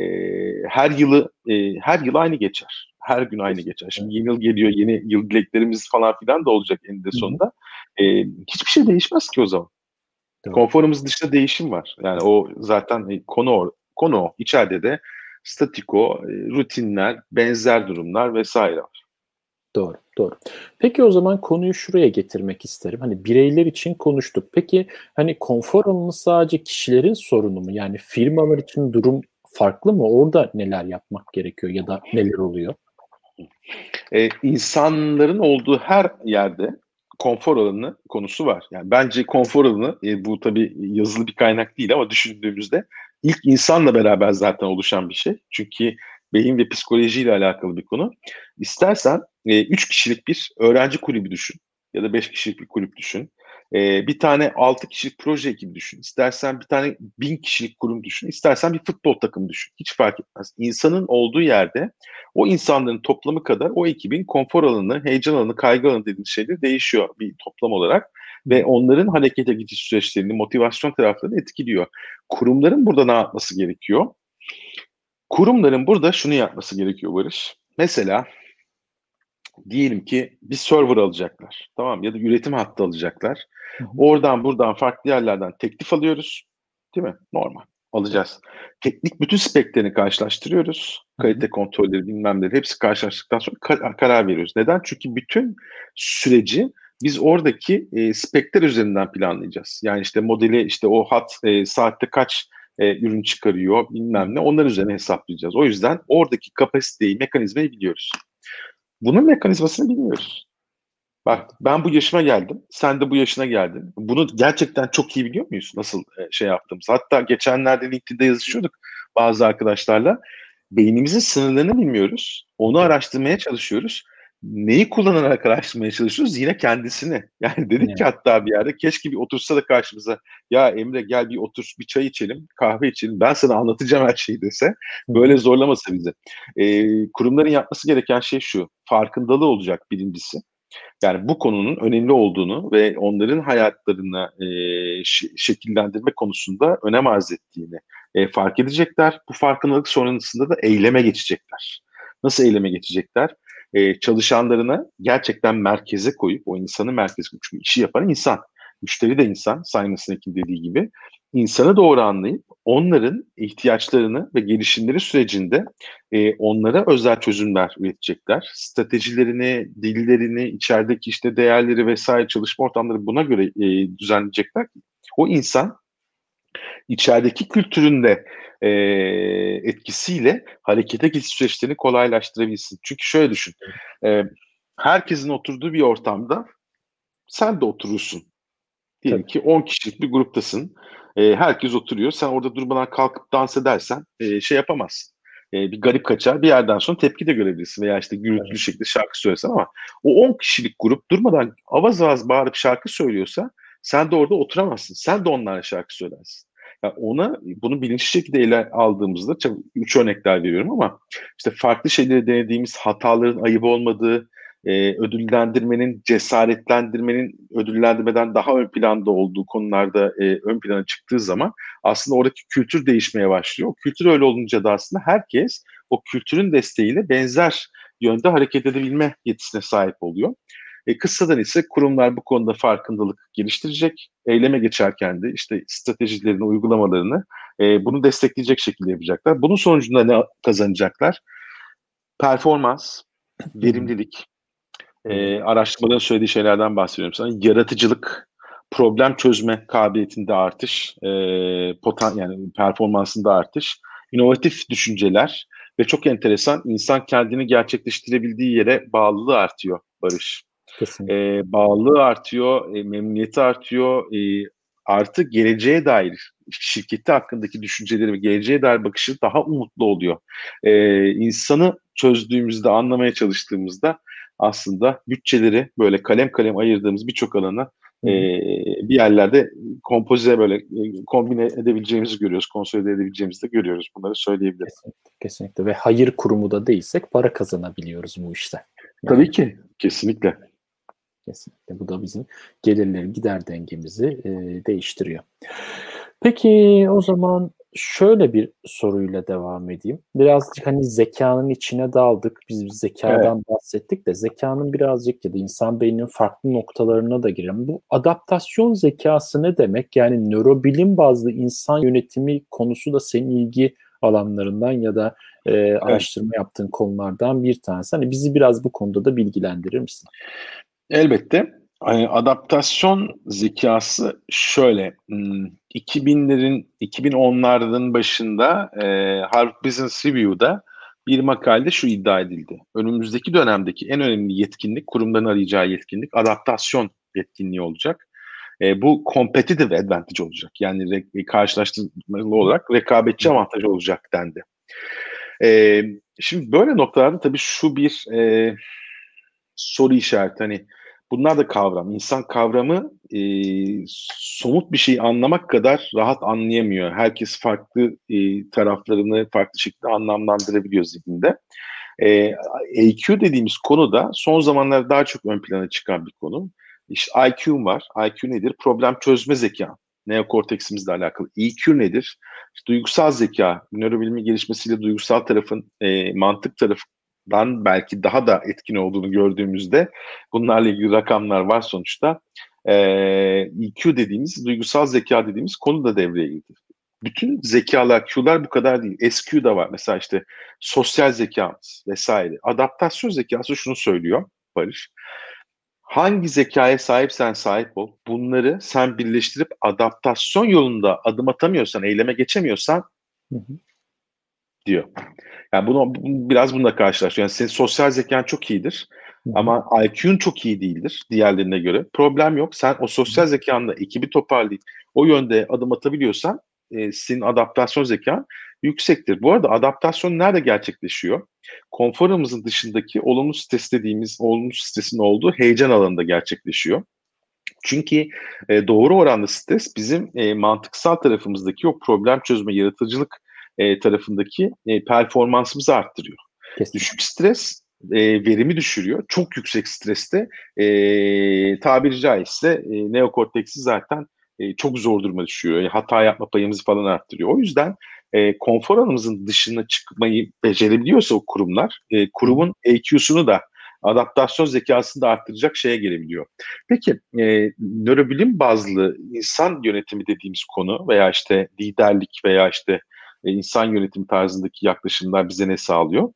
Speaker 2: her yılı e, her yıl aynı geçer. Her gün aynı geçer.
Speaker 1: Kesinlikle.
Speaker 2: Şimdi yeni yıl geliyor, yeni yıl dileklerimiz falan filan da olacak eninde
Speaker 1: Hı hı.
Speaker 2: sonunda. E, hiçbir şey değişmez ki o zaman.
Speaker 1: Doğru.
Speaker 2: Konforumuz dışında değişim var. Yani o zaten e, konu o. Konu o. İçeride de statiko, e, rutinler, benzer durumlar vesaire var.
Speaker 1: Doğru, doğru. Peki o zaman konuyu şuraya getirmek isterim. Hani bireyler için konuştuk. Peki hani konfor alanı sadece kişilerin sorunu mu? Yani firmalar için durum farklı mı? Orada neler yapmak gerekiyor ya da neler oluyor?
Speaker 2: E, insanların olduğu her yerde konfor alanı konusu var. Yani bence konfor alanı, e, bu tabii yazılı bir kaynak değil ama düşündüğümüzde ilk insanla beraber zaten oluşan bir şey. Çünkü beyin ve psikolojiyle alakalı bir konu. İstersen e, üç kişilik bir öğrenci kulübü düşün ya da beş kişilik bir kulüp düşün. E, bir tane altı kişilik proje ekibi düşün. İstersen bir tane bin kişilik kurum düşün. İstersen bir futbol takımı düşün. Hiç fark etmez. İnsanın olduğu yerde o insanların toplamı kadar o ekibin konfor alanı, heyecan alanı, kaygı alanı dediğimiz şeyler değişiyor bir toplam olarak ve onların harekete geçiş süreçlerini, motivasyon taraflarını etkiliyor. Kurumların burada ne yapması gerekiyor? Kurumların burada şunu yapması gerekiyor Barış. Mesela diyelim ki bir server alacaklar, tamam, ya da üretim hattı alacaklar.
Speaker 1: Hı hı.
Speaker 2: Oradan buradan farklı yerlerden teklif alıyoruz, değil mi? Normal. alacağız. Teknik bütün speklerini karşılaştırıyoruz. Kalite
Speaker 1: Hı hı.
Speaker 2: kontrolleri bilmem neleri hepsi karşılaştıktan sonra kar- karar veriyoruz. Neden? Çünkü bütün süreci biz oradaki e, spekler üzerinden planlayacağız. Yani işte modeli işte o hat e, saatte kaç e, ürün çıkarıyor
Speaker 1: Hı
Speaker 2: bilmem
Speaker 1: hı.
Speaker 2: ne onların üzerine hesaplayacağız. O yüzden oradaki kapasiteyi, mekanizmayı biliyoruz. Bunun mekanizmasını bilmiyoruz.
Speaker 1: Evet.
Speaker 2: Bak ben bu yaşıma geldim. Sen de bu yaşına geldin. Bunu gerçekten çok iyi biliyor muyuz? Nasıl e, şey yaptığımız? Hatta geçenlerde LinkedIn'de yazışıyorduk bazı arkadaşlarla. Beynimizin sınırlarını bilmiyoruz. Onu
Speaker 1: Doğru.
Speaker 2: araştırmaya çalışıyoruz. Neyi kullanarak araştırmaya çalışıyoruz? Yine kendisini. Yani dedik ki
Speaker 1: Evet.
Speaker 2: hatta bir yerde keşke bir otursa da karşımıza ya Emre gel bir otur bir çay içelim, kahve içelim. Ben sana anlatacağım her şeyi dese.
Speaker 1: Hı
Speaker 2: Böyle
Speaker 1: hı.
Speaker 2: zorlamasa bizi. E, kurumların yapması gereken şey şu. Farkındalığı olacak birincisi. Yani bu konunun önemli olduğunu ve onların hayatlarını e, ş- şekillendirme konusunda önem arz ettiğini e, fark edecekler. Bu farkındalık sonrasında da eyleme geçecekler. Nasıl eyleme geçecekler? E, çalışanlarına gerçekten merkeze koyup, o insanı merkeze koyup, çünkü işi yapan insan, müşteri de insan, Simon Sinek'in dediği gibi, insanı doğru anlayıp onların ihtiyaçlarını ve gelişimleri sürecinde e, onlara özel çözümler üretecekler. Stratejilerini, dillerini, içerideki işte değerleri vesaire çalışma ortamları buna göre e, düzenleyecekler. O insan içerideki kültüründe e, etkisiyle harekete geçiş süreçlerini kolaylaştırabilsin. Çünkü şöyle düşün, e, herkesin oturduğu bir ortamda sen de oturursun. Diyelim
Speaker 1: Tabii.
Speaker 2: ki on kişilik bir gruptasın. E, herkes oturuyor. Sen orada durmadan kalkıp dans edersen e, şey yapamazsın. E, bir garip kaçar. Bir yerden sonra tepki de görebilirsin. Veya işte
Speaker 1: Tabii.
Speaker 2: gürültülü şekilde şarkı söylesen ama o on kişilik grup durmadan avaz avaz bağırıp şarkı söylüyorsa sen de orada oturamazsın. Sen de onlarla şarkı söylersin. Yani ona bunu bilinçli şekilde ele aldığımızda çok, üç örnekler veriyorum ama işte farklı şeyleri denediğimiz hataların ayıp olmadığı, e, ödüllendirmenin, cesaretlendirmenin ödüllendirmeden daha ön planda olduğu konularda e, ön plana çıktığı zaman aslında oradaki kültür değişmeye başlıyor. O kültür öyle olunca da aslında herkes o kültürün desteğiyle benzer yönde hareket edebilme yetisine sahip oluyor. E, kıssadan ise kurumlar bu konuda farkındalık geliştirecek. Eyleme geçerken de işte stratejilerini, uygulamalarını e, bunu destekleyecek şekilde yapacaklar. Bunun sonucunda ne kazanacaklar? Performans,
Speaker 1: Hı hı.
Speaker 2: verimlilik,
Speaker 1: Doğru.
Speaker 2: e, araştırmaların söylediği şeylerden bahsediyorum sana. Yaratıcılık, problem çözme kabiliyetinde artış, e, potan yani performansında artış, inovatif düşünceler ve çok enteresan insan kendini gerçekleştirebildiği yere bağlılığı artıyor Barış.
Speaker 1: Kesinlikle.
Speaker 2: E, bağlılığı artıyor, e, memnuniyeti artıyor, e, artı geleceğe dair şirketi hakkındaki düşünceleri ve geleceğe dair bakışı daha umutlu oluyor. E, insanı çözdüğümüzde, anlamaya çalıştığımızda aslında bütçeleri böyle kalem kalem ayırdığımız birçok alana
Speaker 1: Hı
Speaker 2: e,
Speaker 1: hı.
Speaker 2: bir yerlerde kompoze böyle e, kombine edebileceğimizi görüyoruz, konsolide edebileceğimizi de görüyoruz. Bunları söyleyebilirim.
Speaker 1: Kesinlikle. Kesinlikle. Ve hayır kurumu da değilsek para kazanabiliyoruz bu işte.
Speaker 2: Tabii
Speaker 1: Yani
Speaker 2: ki, kesinlikle.
Speaker 1: kesinlikle. Bu da bizim gelirleri gider dengemizi e, değiştiriyor. Peki o zaman şöyle bir soruyla devam edeyim. Birazcık hani zekanın içine daldık. Biz
Speaker 2: Evet,
Speaker 1: zekadan bahsettik de zekanın birazcık ya da insan beyninin farklı noktalarına da girelim. Bu adaptasyon zekası ne demek? Yani nörobilim bazlı insan yönetimi konusu da senin ilgi alanlarından ya da e,
Speaker 2: evet.
Speaker 1: araştırma yaptığın konulardan bir tanesi. Hani bizi biraz bu konuda da bilgilendirir misin?
Speaker 2: Elbette. Hani adaptasyon zekası şöyle, hmm, iki binlerin, iki bin onların başında e, Harvard Business Review'da bir makalede şu iddia edildi. Önümüzdeki dönemdeki en önemli yetkinlik, kurumların arayacağı yetkinlik, adaptasyon yetkinliği olacak. E, bu competitive advantage olacak. Yani re- karşılaştırmalı olarak rekabetçi avantaj olacak dendi. E, Şimdi böyle noktalarda tabii şu bir e, soru işareti. Hani bunlar da kavram. İnsan kavramı e, somut bir şey anlamak kadar rahat anlayamıyor. Herkes farklı e, taraflarını farklı şekilde anlamlandırabiliyor zihninde. E, E Q dediğimiz konu da son zamanlarda daha çok ön plana çıkan bir konu. İşte I Q var. I Q nedir? Problem çözme zeka. Neokorteksimizle alakalı. E Q nedir? İşte duygusal zeka. Nörobilimin gelişmesiyle duygusal tarafın e, mantık tarafından belki daha da etkin olduğunu gördüğümüzde bunlarla ilgili rakamlar var sonuçta. E, E Q dediğimiz, duygusal zeka dediğimiz konu da devreye girdi. bütün zekalar, Q'lar bu kadar değil. S Q da var. Mesela işte sosyal zekamız vesaire. Adaptasyon zekası şunu söylüyor Barış. Hangi zekaya sahipsen sahip ol. Bunları sen birleştirip adaptasyon yolunda adım atamıyorsan, eyleme geçemiyorsan
Speaker 1: Hı hı.
Speaker 2: diyor. Yani bunu biraz bununla karşılaştırıyor. Yani senin sosyal zekan çok iyidir.
Speaker 1: Hı hı.
Speaker 2: Ama I Q'un çok iyi değildir diğerlerine göre. Problem yok. Sen o sosyal zekanla ekibi toparlayıp o yönde adım atabiliyorsan e, senin adaptasyon zekan yüksektir. Bu arada adaptasyon nerede gerçekleşiyor? Konforumuzun dışındaki olumlu stres dediğimiz, olumlu stresin olduğu heyecan alanında gerçekleşiyor. Çünkü e, doğru oranlı stres bizim e, mantıksal tarafımızdaki o problem çözme, yaratıcılık e, tarafındaki e, performansımızı arttırıyor.
Speaker 1: Kesinlikle.
Speaker 2: Düşük stres e, verimi düşürüyor. Çok yüksek streste e, tabiri caizse e, neokorteksi zaten e, çok zor duruma düşüyor. Yani hata yapma payımızı falan arttırıyor. O yüzden e, konfor alanımızın dışına çıkmayı becerebiliyorsa o kurumlar, e, kurumun E Q'sunu da adaptasyon zekasını da arttıracak şeye gelebiliyor. Peki e, nörobilim bazlı insan yönetimi dediğimiz konu veya işte liderlik veya işte e, insan yönetimi tarzındaki yaklaşımlar bize ne sağlıyor?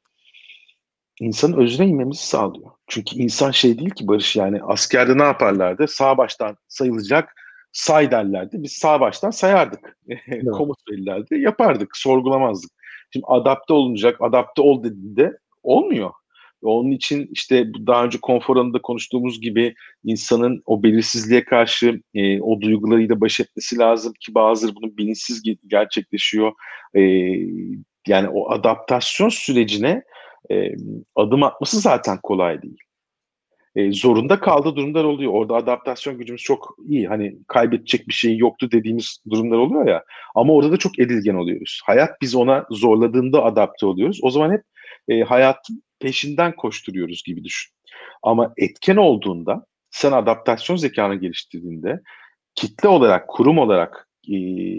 Speaker 2: İnsanın özüne inmemizi sağlıyor. Çünkü insan şey değil ki Barış, yani askerde ne yaparlardı? Sağ baştan sayılacak say derlerdi. Biz sağ baştan sayardık.
Speaker 1: Doğru.
Speaker 2: Komut verirlerdi. Yapardık. Sorgulamazdık. Şimdi adapte olunacak, adapte ol dediğinde olmuyor. Onun için işte daha önce konfor alanında konuştuğumuz gibi insanın o belirsizliğe karşı e, o duygularıyla baş etmesi lazım ki bazıları bunun bilinçsiz gerçekleşiyor. E, yani o adaptasyon sürecine e, adım atması zaten kolay değil. E, zorunda kaldığı durumlar oluyor. Orada adaptasyon gücümüz çok iyi. Hani kaybedecek bir şey yoktu dediğimiz durumlar oluyor ya. Ama orada da çok edilgen oluyoruz. Hayat biz ona zorladığında adapte oluyoruz. O zaman hep e, hayatın peşinden koşturuyoruz gibi düşün. Ama etken olduğunda, sen adaptasyon zekanı geliştirdiğinde, kitle olarak, kurum olarak e,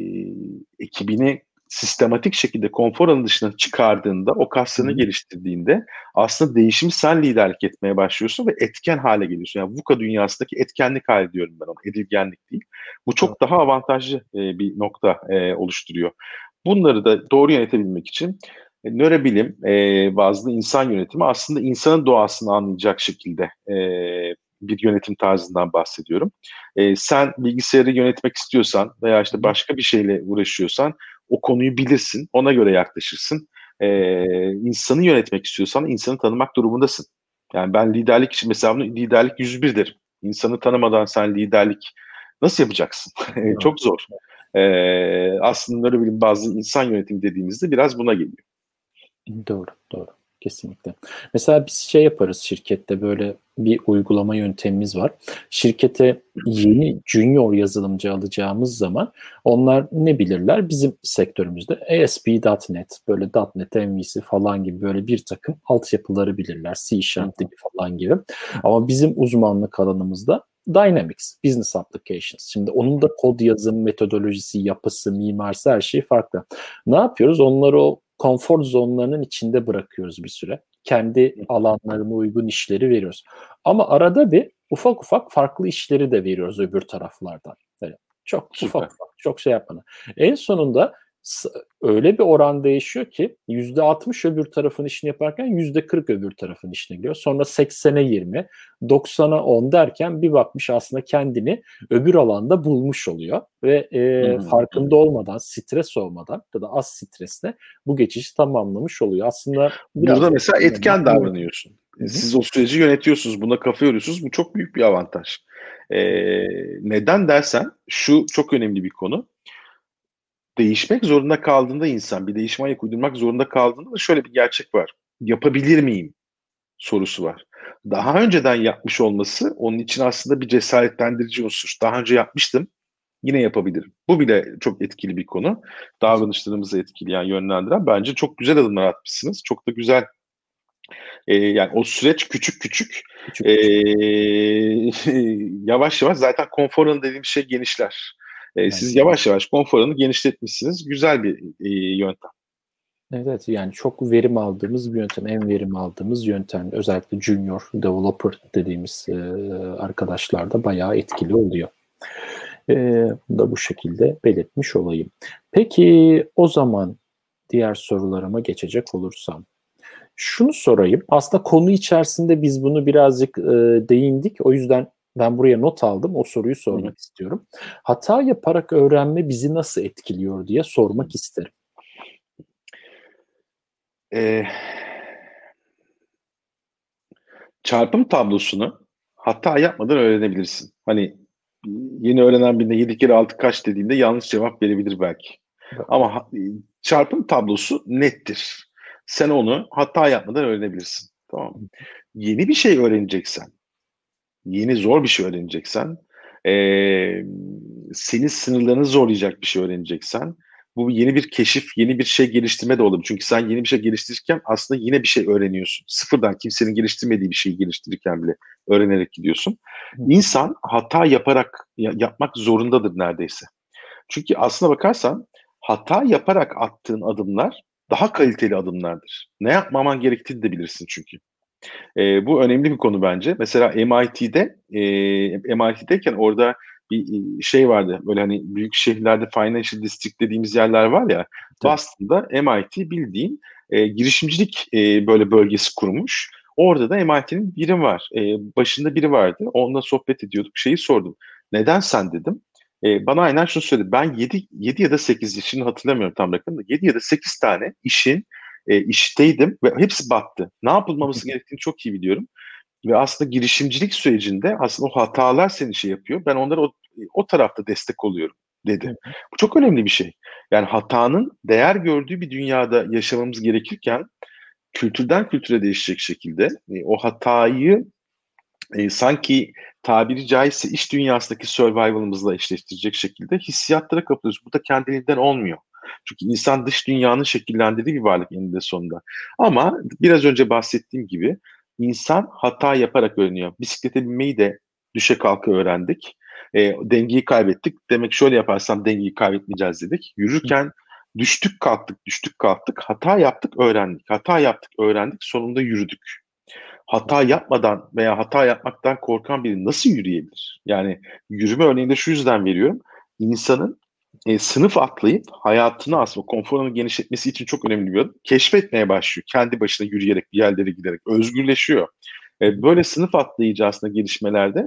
Speaker 2: ekibini sistematik şekilde konfor alanı dışına çıkardığında, o kaslarını geliştirdiğinde aslında değişimi sen liderlik etmeye başlıyorsun ve etken hale geliyorsun. Yani VUCA dünyasındaki etkenlik hali diyorum ben ona, edilgenlik değil. Bu çok daha avantajlı e, bir nokta e, oluşturuyor. Bunları da doğru yönetebilmek için e, nörobilim e, bazlı insan yönetimi aslında insanın doğasını anlayacak şekilde e, bir yönetim tarzından bahsediyorum. E, sen bilgisayarı yönetmek istiyorsan veya işte başka bir şeyle uğraşıyorsan o konuyu bilirsin, ona göre yaklaşırsın. E, insanı yönetmek istiyorsan insanı tanımak durumundasın. Yani ben liderlik için mesela bunu liderlik yüz bir derim. İnsanı tanımadan sen liderlik nasıl yapacaksın? Çok zor. E, aslında öyle bileyim, bazı insan yönetimi dediğimizde biraz buna geliyor.
Speaker 1: Doğru, doğru. Kesinlikle. Mesela biz şey yaparız şirkette, böyle bir uygulama yöntemimiz var. Şirkete yeni junior yazılımcı alacağımız zaman onlar ne bilirler? Bizim sektörümüzde A S P nokta net, böyle .NET M V C falan gibi böyle bir takım altyapıları bilirler. C Sharp dili falan gibi. Ama bizim uzmanlık alanımızda Dynamics, Business Applications. Şimdi onun da kod yazım, metodolojisi, yapısı, mimarisi, her şey farklı. Ne yapıyoruz? Onları o konfor zonlarının içinde bırakıyoruz bir süre. Kendi alanlarına uygun işleri veriyoruz. Ama arada bir ufak ufak farklı işleri de veriyoruz öbür taraflardan. Yani çok
Speaker 2: Süper.
Speaker 1: ufak ufak, çok şey yapmadan. En sonunda öyle bir oran değişiyor ki yüzde altmış öbür tarafın işini yaparken yüzde kırk öbür tarafın işine giriyor. Sonra seksene yirmi, doksana on derken bir bakmış aslında kendini öbür alanda bulmuş oluyor ve e, farkında olmadan, stres olmadan ya da az stresle bu geçişi tamamlamış oluyor. Aslında biraz
Speaker 2: burada mesela etken davranıyorsun.
Speaker 1: Hı-hı.
Speaker 2: Siz o süreci yönetiyorsunuz, buna kafa yoruyorsunuz. Bu çok büyük bir avantaj. Ee, neden dersen, şu çok önemli bir konu. Değişmek zorunda kaldığında insan, bir değişime ayak uydurmak zorunda kaldığında da şöyle bir gerçek var. Yapabilir miyim sorusu var. Daha önceden yapmış olması onun için aslında bir cesaretlendirici unsur. Daha önce yapmıştım, yine yapabilirim. Bu bile çok etkili bir konu. Davranışlarımızı etkileyen, yönlendiren. Bence çok güzel adımlar atmışsınız. Çok da güzel. Ee, yani o süreç küçük küçük,
Speaker 1: küçük,
Speaker 2: ee,
Speaker 1: küçük.
Speaker 2: yavaş yavaş zaten konfor alanı dediğim şey genişler. Ee,
Speaker 1: Evet.
Speaker 2: Siz yavaş yavaş konfor alanı genişletmişsiniz. Güzel bir e, yöntem.
Speaker 1: Evet, yani çok verim aldığımız bir yöntem. En verim aldığımız yöntem. Özellikle junior developer dediğimiz e, arkadaşlarda bayağı etkili oluyor. E, bunu da bu şekilde belirtmiş olayım. Peki o zaman diğer sorularıma geçecek olursam. Şunu sorayım. Aslında konu içerisinde biz bunu birazcık e, değindik. O yüzden ben buraya not aldım. O soruyu sormak Hı. istiyorum. Hata yaparak öğrenme bizi nasıl etkiliyor diye sormak isterim.
Speaker 2: Ee, çarpım tablosunu hata yapmadan öğrenebilirsin. Hani yeni öğrenen birine yedi kere altı kaç dediğinde yanlış cevap verebilir belki. Evet. Ama çarpım tablosu nettir. Sen onu hata yapmadan öğrenebilirsin. Tamam mı? Yeni bir şey öğreneceksen, yeni zor bir şey öğreneceksen, ee, senin sınırlarını zorlayacak bir şey öğreneceksen, bu yeni bir keşif, yeni bir şey geliştirme de olabilir. Çünkü sen yeni bir şey geliştirirken aslında yine bir şey öğreniyorsun. Sıfırdan kimsenin geliştirmediği bir şeyi geliştirirken bile öğrenerek gidiyorsun. İnsan hata yaparak ya, yapmak zorundadır neredeyse. Çünkü aslına bakarsan hata yaparak attığın adımlar daha kaliteli adımlardır. Ne yapmaman gerektiğini de bilirsin çünkü. E, bu önemli bir konu bence. Mesela M I T'de e, M I T'deyken orada bir şey vardı. Böyle hani büyük şehirlerde financial district dediğimiz yerler var ya. Tabii. Boston'da M I T bildiğin e, girişimcilik e, böyle bölgesi kurmuş. Orada da M I T'nin biri var. E, başında biri vardı. Onunla sohbet ediyorduk. Şeyi sordum. Neden sen dedim. E, bana aynen şunu söyledi. Ben yedi, yedi ya da sekiz yaşını hatırlamıyorum tam rakamını. yedi ya da sekiz tane işin e, işteydim ve hepsi battı. Ne yapılmaması gerektiğini çok iyi biliyorum. Ve aslında girişimcilik sürecinde aslında o hatalar seni şey yapıyor. Ben onlara o, o tarafta destek oluyorum dedi. Bu çok önemli bir şey. Yani hatanın değer gördüğü bir dünyada yaşamamız gerekirken kültürden kültüre değişecek şekilde e, o hatayı e, sanki tabiri caizse iş dünyasındaki survival'ımızla eşleştirecek şekilde hissiyatlara kapılıyoruz. Bu da kendiliğinden olmuyor. Çünkü insan dış dünyanın şekillendirdiği bir varlık eninde sonunda. Ama biraz önce bahsettiğim gibi insan hata yaparak öğreniyor. Bisiklete binmeyi de düşe kalka öğrendik. E, dengeyi kaybettik. Demek şöyle yaparsam dengeyi kaybetmeyeceğiz dedik. Yürürken düştük kalktık, düştük kalktık. Hata yaptık, öğrendik. Hata yaptık, öğrendik. Sonunda yürüdük. Hata yapmadan veya hata yapmaktan korkan biri nasıl yürüyebilir? Yani yürüme örneğinde şu yüzden veriyorum. İnsanın e, sınıf atlayıp hayatını aslında konforunu genişletmesi için çok önemli bir adım. Keşfetmeye başlıyor. Kendi başına yürüyerek bir yerlere giderek özgürleşiyor. E, böyle sınıf atlayıcı aslında gelişmelerde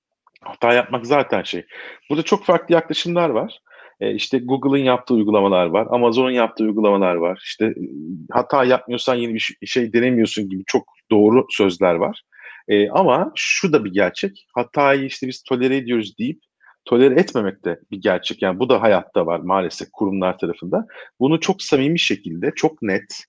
Speaker 2: hata yapmak zaten şey. Burada çok farklı yaklaşımlar var. E, işte Google'ın yaptığı uygulamalar var. Amazon'un yaptığı uygulamalar var. İşte e, hata yapmıyorsan yeni bir şey denemiyorsun gibi çok doğru sözler var. E, ama şu da bir gerçek. Hatayı işte biz tolere ediyoruz deyip tolere etmemek de bir gerçek. Yani bu da hayatta var maalesef kurumlar tarafında. Bunu çok samimi şekilde, çok net,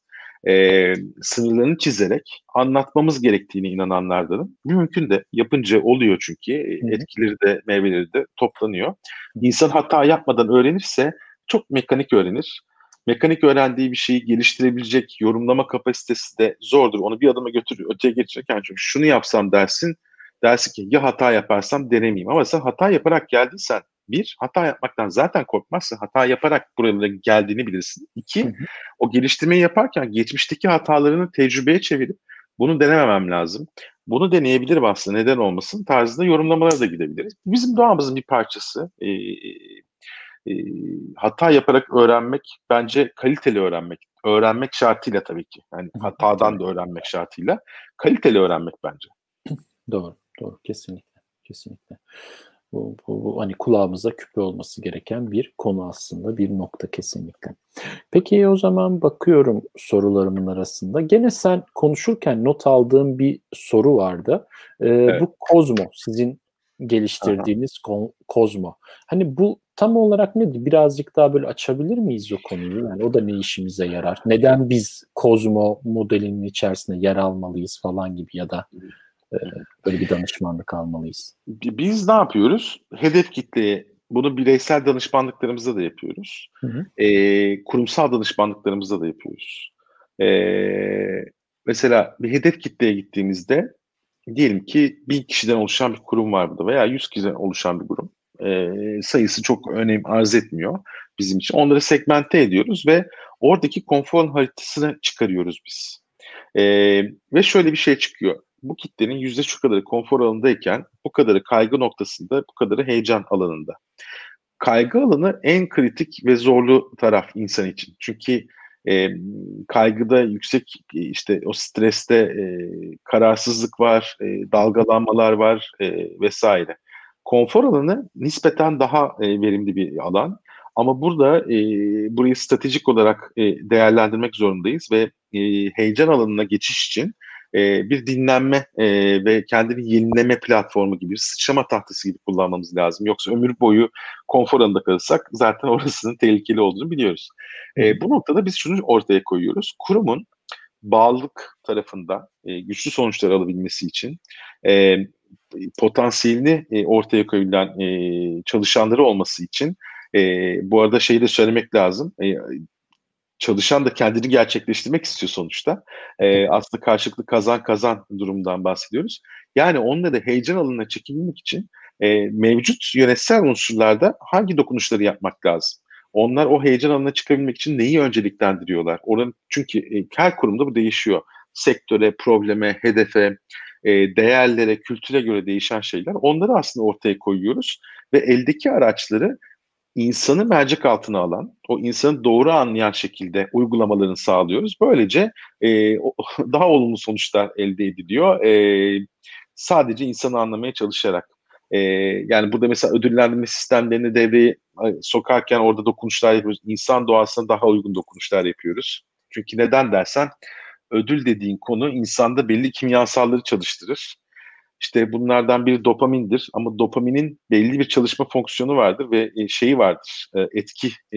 Speaker 2: e, sınırlarını çizerek anlatmamız gerektiğine inananlardanım. Mümkün de yapınca oluyor çünkü. E, etkileri de meyveleri de toplanıyor. İnsan hata yapmadan öğrenirse çok mekanik öğrenir. Mekanik öğrendiği bir şeyi geliştirebilecek yorumlama kapasitesi de zordur. Onu bir adıma götürür, öteye geçirirken çünkü şunu yapsam dersin, dersin ki ya hata yaparsam denemeyeyim. Ama sen hata yaparak geldiysen bir, hata yapmaktan zaten korkmazsın. Hata yaparak buralara geldiğini bilirsin. İki, hı hı. O geliştirmeyi yaparken geçmişteki hatalarını tecrübeye çevirip bunu denememem lazım. Bunu deneyebilirim aslında neden olmasın tarzında yorumlamalara da gidebiliriz. Bizim doğamızın bir parçası. Ee, e, hata yaparak öğrenmek bence kaliteli öğrenmek. Öğrenmek şartıyla tabii ki. Yani hatadan da öğrenmek şartıyla. Kaliteli öğrenmek bence.
Speaker 1: Doğru, doğru. Kesinlikle. Kesinlikle. Bu, bu, bu hani kulağımıza küpe olması gereken bir konu aslında, bir nokta kesinlikle. Peki o zaman bakıyorum sorularımın arasında. Gene sen konuşurken not aldığım bir soru vardı. Ee, evet. Bu Kozmo, sizin geliştirdiğiniz ko- Kozmo. Hani bu tam olarak nedir? Birazcık daha böyle açabilir miyiz o konuyu? Yani o da ne işimize yarar? Neden biz Kozmo modelinin içerisinde yer almalıyız falan gibi ya da e, böyle bir danışmanlık almalıyız?
Speaker 2: Biz ne yapıyoruz? Hedef kitleye, bunu bireysel danışmanlıklarımızda da yapıyoruz. Hı hı. E, kurumsal danışmanlıklarımızda da yapıyoruz. E, mesela bir hedef kitleye gittiğimizde diyelim ki bin kişiden oluşan bir kurum var burada veya yüz kişiden oluşan bir kurum. E, sayısı çok önem arz etmiyor bizim için. Onları segmente ediyoruz ve oradaki konfor haritasını çıkarıyoruz biz. E, ve şöyle bir şey çıkıyor. bu kitlenin yüzde şu kadarı konfor alanındayken bu kadarı kaygı noktasında, bu kadarı heyecan alanında. Kaygı alanı en kritik ve zorlu taraf insan için. Çünkü e, kaygıda yüksek işte o streste e, kararsızlık var, e, dalgalanmalar var e, vesaire. Konfor alanı nispeten daha e, verimli bir alan. Ama burada e, burayı stratejik olarak e, değerlendirmek zorundayız ve e, heyecan alanına geçiş için e, bir dinlenme e, ve kendini yenileme platformu gibi, sıçrama tahtası gibi kullanmamız lazım. Yoksa ömür boyu konfor alanında kalırsak zaten orasının tehlikeli olduğunu biliyoruz. E, bu noktada biz şunu ortaya koyuyoruz. Kurumun bağlılık tarafında e, güçlü sonuçlar alabilmesi için e, potansiyelini e, ortaya koyabilen e, çalışanları olması için e, bu arada şeyi de söylemek lazım. E, çalışan da kendini gerçekleştirmek istiyor sonuçta. E, aslında karşılıklı kazan kazan durumdan bahsediyoruz. Yani onları heyecan alanına çekebilmek için e, mevcut yönetsel unsurlarda hangi dokunuşları yapmak lazım? Onlar o heyecan alanına çıkabilmek için neyi önceliklendiriyorlar? Oranın, çünkü e, her kurumda bu değişiyor. Sektöre, probleme, hedefe, e, değerlere, kültüre göre değişen şeyler. Onları aslında ortaya koyuyoruz ve eldeki araçları insanı mercek altına alan, o insanı doğru anlayan şekilde uygulamalarını sağlıyoruz. Böylece e, daha olumlu sonuçlar elde ediliyor. E, sadece insanı anlamaya çalışarak. E, yani burada mesela ödüllendirme sistemlerini devreye sokarken orada dokunuşlar yapıyoruz. İnsan doğasına daha uygun dokunuşlar yapıyoruz. Çünkü neden dersen, ödül dediğin konu insanda belli kimyasalları çalıştırır. İşte bunlardan biri dopamindir ama dopaminin belli bir çalışma fonksiyonu vardır ve e, şeyi vardır, e, etki e,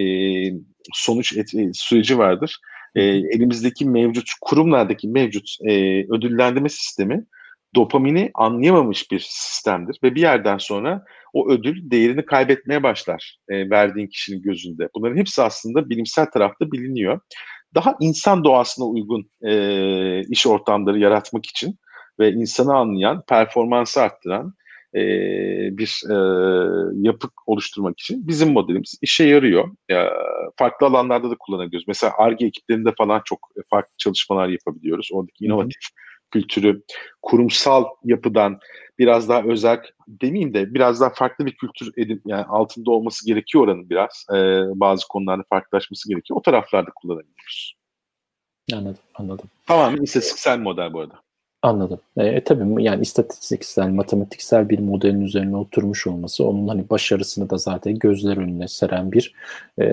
Speaker 2: sonuç et, e, süreci vardır. E, elimizdeki mevcut, kurumlardaki mevcut e, ödüllendirme sistemi dopamini anlayamamış bir sistemdir ve bir yerden sonra o ödül değerini kaybetmeye başlar e, verdiğin kişinin gözünde. Bunların hepsi aslında bilimsel tarafta biliniyor. Daha insan doğasına uygun e, iş ortamları yaratmak için ve insanı anlayan, performansı arttıran e, bir e, yapı oluşturmak için bizim modelimiz işe yarıyor. Ya, farklı alanlarda da kullanabiliyoruz. Mesela Ar-Ge ekiplerinde falan çok farklı çalışmalar yapabiliyoruz. Oradaki inovatif kültürü kurumsal yapıdan biraz daha özel demeyeyim de biraz daha farklı bir kültür edin, yani altında olması gerekiyor oranın biraz. E, bazı konularda farklılaşması gerekiyor. O taraflarda kullanabiliyoruz.
Speaker 1: Anladım, anladım.
Speaker 2: Tamamen istatistiksel model bu arada.
Speaker 1: Anladım. E, tabii yani istatistiksel, matematiksel bir modelin üzerine oturmuş olması onun hani başarısını da zaten gözler önüne seren bir e,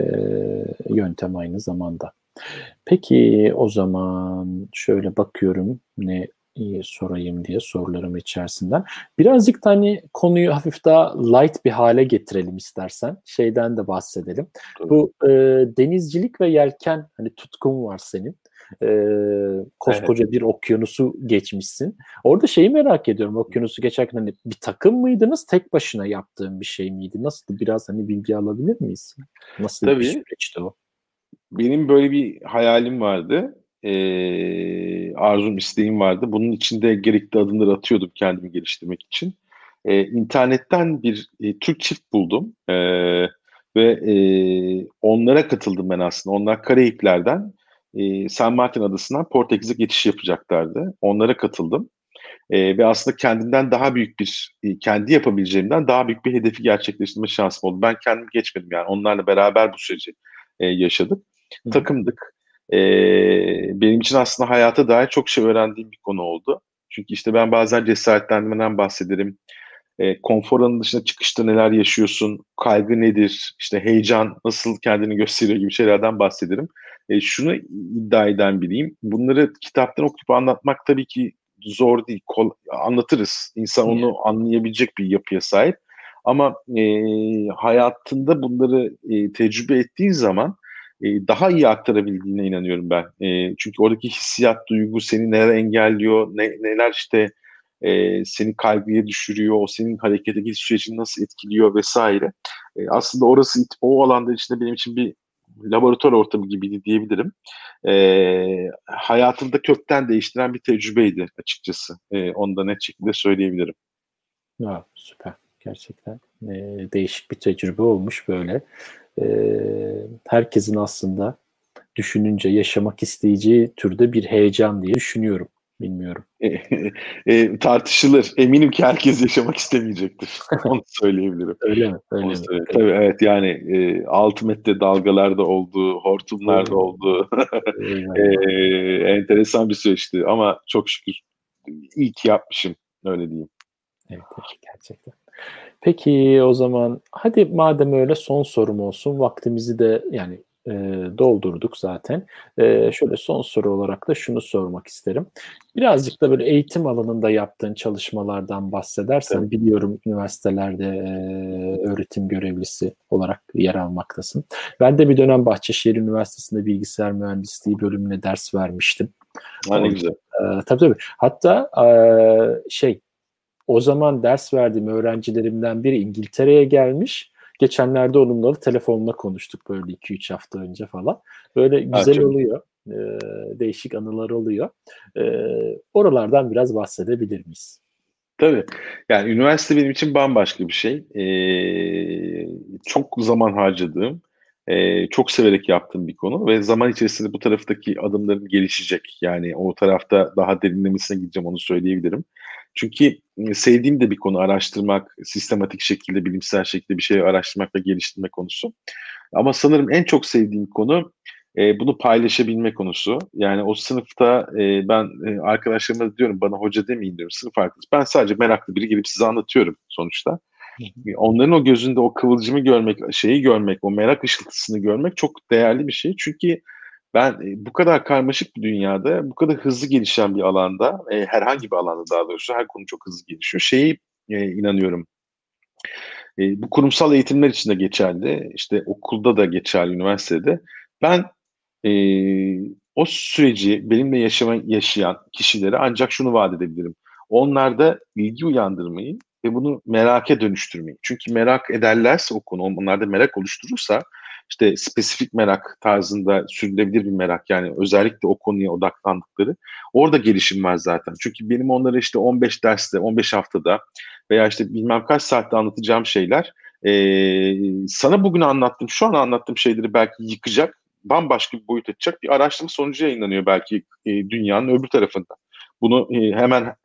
Speaker 1: yöntem aynı zamanda. Peki o zaman şöyle bakıyorum ne iyi sorayım diye sorularım içerisinden. Birazcık da hani konuyu hafif daha light bir hale getirelim istersen. Şeyden de bahsedelim.
Speaker 2: Tabii.
Speaker 1: Bu e, denizcilik ve yelken hani tutkun var senin. E, koskoca evet. bir okyanusu geçmişsin. Orada şeyi merak ediyorum. Okyanusu geçerken hani bir takım mıydınız? Tek başına yaptığın bir şey miydi? Nasıl? Biraz hani bilgi alabilir miyiz? Nasıl
Speaker 2: Tabii.
Speaker 1: bir süreçti o?
Speaker 2: Benim böyle bir hayalim vardı. Ee, arzum, isteğim vardı. Bunun için de gerekli adımları atıyordum kendimi geliştirmek için. Ee, internetten bir e, Türk çift buldum. Ee, ve e, onlara katıldım ben aslında. Onlar Karayipler'den e, San Martin adasından Portekiz'e geçiş yapacaklardı. Onlara katıldım. E, ve aslında kendimden daha büyük bir, e, kendi yapabileceğimden daha büyük bir hedefi gerçekleştirme şansım oldu. Ben kendim geçmedim yani. Onlarla beraber bu süreci e, yaşadık. Hı. Takımdık. E, benim için aslında hayata dair çok şey öğrendiğim bir konu oldu. Çünkü işte ben bazen cesaretlenmeden bahsederim. E, konfor alanının dışında çıkışta neler yaşıyorsun, kaygı nedir, işte heyecan nasıl kendini gösteriyor gibi şeylerden bahsederim. E, şunu iddia eden biriyim. Bunları kitaptan okuyup anlatmak tabii ki zor değil. Kol, anlatırız. İnsan onu yeah. anlayabilecek bir yapıya sahip. Ama e, hayatında bunları e, tecrübe ettiğin zaman e, daha iyi aktarabildiğine inanıyorum ben. E, çünkü oradaki hissiyat, duygu seni neler engelliyor, ne, neler işte e, seni kaygıya düşürüyor, o senin harekete geçiş sürecini nasıl etkiliyor vesaire. E, aslında orası, o alanda içinde benim için bir laboratuvar ortamı gibiydi diyebilirim. E, hayatımda kökten değiştiren bir tecrübeydi açıkçası. E, onu da net şekilde söyleyebilirim.
Speaker 1: Ya, süper. Gerçekten e, değişik bir tecrübe olmuş böyle. E, herkesin aslında düşününce yaşamak isteyeceği türde bir heyecan diye düşünüyorum. Bilmiyorum.
Speaker 2: E, tartışılır. Eminim ki herkes yaşamak istemeyecektir. Onu söyleyebilirim.
Speaker 1: Öyle mi? Öyle
Speaker 2: Onu
Speaker 1: mi?
Speaker 2: söyle
Speaker 1: Peki.
Speaker 2: Tabii, evet, yani, eee, altı metre dalgalarda olduğu, hortumlarda
Speaker 1: O!
Speaker 2: olduğu
Speaker 1: Eyvah, eyvah.
Speaker 2: eee, enteresan bir süreçti ama çok şükür iyi ki yapmışım, öyle diyeyim.
Speaker 1: Evet, evet, gerçekten. Peki, o zaman hadi madem öyle son sorum olsun. Vaktimizi de yani, eee, doldurduk zaten. Eee, şöyle son soru olarak da şunu sormak isterim. Birazcık da böyle eğitim alanında yaptığın çalışmalardan
Speaker 2: Tabii.
Speaker 1: bahsedersen, biliyorum üniversitelerde, eee, öğretim görevlisi olarak yer almaktasın. Ben de bir dönem Bahçeşehir Üniversitesi'nde bilgisayar mühendisliği bölümüne ders vermiştim.
Speaker 2: A, ne
Speaker 1: Orada,
Speaker 2: güzel.
Speaker 1: eee Tabii, tabii. Hatta, eee, şey, o zaman ders verdiğim öğrencilerimden biri İngiltere'ye gelmiş. Geçenlerde onunla da telefonla konuştuk böyle iki üç hafta önce falan. Böyle
Speaker 2: A,
Speaker 1: güzel
Speaker 2: çok güzel.
Speaker 1: oluyor. Eee, değişik anılar oluyor. Eee, oralardan biraz bahsedebilir miyiz?
Speaker 2: Tabii. Yani üniversite benim için bambaşka bir şey. Eee, çok zaman harcadığım, eee, çok severek yaptığım bir konu ve zaman içerisinde bu taraftaki adımlarım gelişecek. Yani o tarafta daha derinlemesine gideceğim, onu söyleyebilirim. Çünkü, ımm, sevdiğim de bir konu araştırmak, sistematik şekilde, bilimsel şekilde bir şeyi araştırmak ve geliştirme konusu. Ama sanırım en çok sevdiğim konu, eee, bunu paylaşabilme konusu. Yani o sınıfta, eee, ben, eee, arkadaşlarıma da diyorum, "Bana hoca demeyin." diyorum, "Sınıf arkadaşı." Ben sadece meraklı biri, gelip size anlatıyorum sonuçta.
Speaker 1: Hı hı.
Speaker 2: Eee, onların o gözünde o kıvılcımı görmek, şeyi görmek, o merak ışıltısını görmek çok değerli bir şey. Çünkü ben, eee, bu kadar karmaşık bir dünyada, bu kadar hızlı gelişen bir alanda, eee, herhangi bir alanda daha doğrusu, her konu çok hızlı gelişiyor. Şeyi, eee, inanıyorum, eee, bu kurumsal eğitimler için de geçerli, işte, okulda da geçerli, üniversitede. Ben, eee, o süreci benimle yaşama yaşayan kişilere ancak şunu vaat edebilirim: Onlarda ilgi uyandırmayı ve bunu meraka dönüştürmeyi. Çünkü merak ederlerse o konu, onlarda merak oluşturursa, işte, spesifik merak tarzında sürdürülebilir bir merak, yani özellikle o konuya odaklandıkları, orada gelişim var zaten. Çünkü benim onlara, işte, on beş derste, on beş haftada veya, işte, bilmem kaç saatte anlatacağım şeyler, eee, sana bugün anlattığım, şu an anlattığım şeyleri belki yıkacak, bambaşka bir boyut açacak bir araştırma sonucu yayınlanıyor belki, eee, dünyanın öbür tarafında. Bunu, eee, hemen, eee,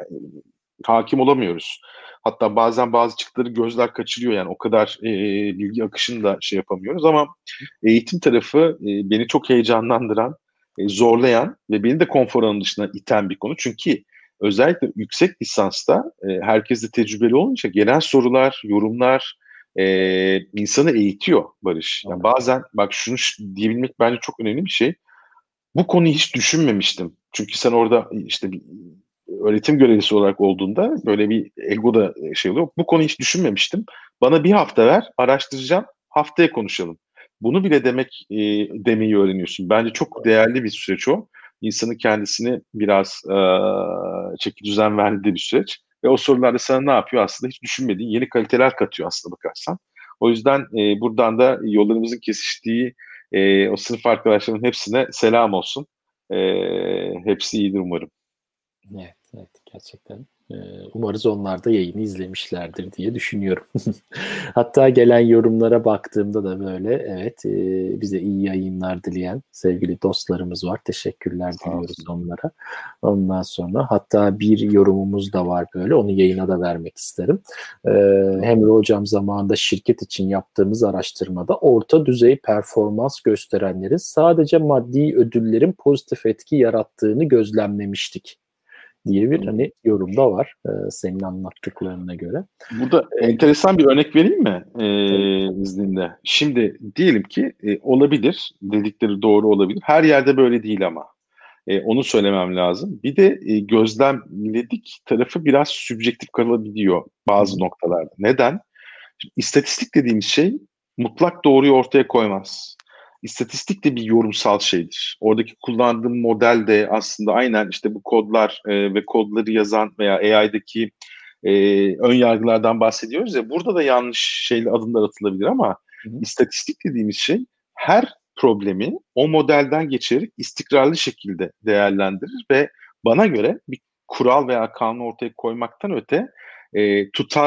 Speaker 2: hâkim olamıyoruz. Hatta bazen bazı çıktıları gözler kaçırıyor, yani o kadar, eee, bilgi akışını da şey yapamıyoruz ama eğitim tarafı, eee, beni çok heyecanlandıran, eee, zorlayan ve beni de konfor alanının dışına iten bir konu. Çünkü özellikle yüksek lisansta, eee, herkes de tecrübeli olunca gelen sorular, yorumlar, eee, insanı eğitiyor Barış. Yani
Speaker 1: Doğru.
Speaker 2: bazen bak şunu ş diyebilmek bence çok önemli bir şey. Bu konuyu hiç düşünmemiştim. Çünkü sen orada, işte, bir öğretim görevlisi olarak olduğunda böyle bir ego da, eee, şey oluyor. Bu konuyu hiç düşünmemiştim. Bana bir hafta ver, araştıracağım, haftaya konuşalım. Bunu bile demek, eee, demeyi öğreniyorsun. Bence çok değerli bir süreç o. İnsanın kendisini biraz, aaa, çekidüzen verdiği bir süreç ve o sorular da sana ne yapıyor? Aslında hiç düşünmediğin yeni kaliteler katıyor aslına bakarsan. O yüzden, eee, buradan da yollarımızın kesiştiği, eee, o sınıf arkadaşlarımın hepsine selam olsun. Eee, hepsi iyidir umarım.
Speaker 1: Evet, evet, gerçekten. Eee, umarız onlar da yayını izlemişlerdir diye düşünüyorum. Hatta gelen yorumlara baktığımda da böyle, evet, eee, bize iyi yayınlar dileyen sevgili dostlarımız var. Teşekkürler
Speaker 2: Sağ
Speaker 1: diliyoruz
Speaker 2: olsunlar.
Speaker 1: onlara. Ondan sonra hatta bir yorumumuz da var böyle, onu yayına da vermek isterim. Eee, Emre Hocam zamanında şirket için yaptığımız araştırmada orta düzey performans gösterenlerin sadece maddi ödüllerin pozitif etki yarattığını gözlemlemiştik diye
Speaker 2: Hı
Speaker 1: bir,
Speaker 2: hı.
Speaker 1: hani, yorum da var, eee, senin anlattıklarına göre.
Speaker 2: Burada
Speaker 1: Eee
Speaker 2: enteresan bir örnek vereyim mi,
Speaker 1: Tabii.
Speaker 2: eee, izninle? Şimdi diyelim ki, eee, olabilir, dedikleri doğru olabilir. Her yerde böyle değil ama. Eee, onu söylemem lazım. Bir de, eee, gözlemledik tarafı biraz sübjektif kalabiliyor
Speaker 1: Hı
Speaker 2: bazı
Speaker 1: hı.
Speaker 2: noktalarda. Neden? Şimdi istatistik dediğimiz şey mutlak doğruyu ortaya koymaz. İstatistik de bir yorumsal şeydir. Oradaki kullandığım model de aslında aynen, işte, bu kodlar, eee, ve kodları yazan veya A I'daki, eee, ön yargılardan bahsediyoruz ya, burada da yanlış şeyle adımlar atılabilir ama
Speaker 1: Hı hı.
Speaker 2: istatistik dediğimiz şey her problemi o modelden geçirerek istikrarlı şekilde değerlendirir ve bana göre bir kural veya kanun ortaya koymaktan öte, eee, tutarlı,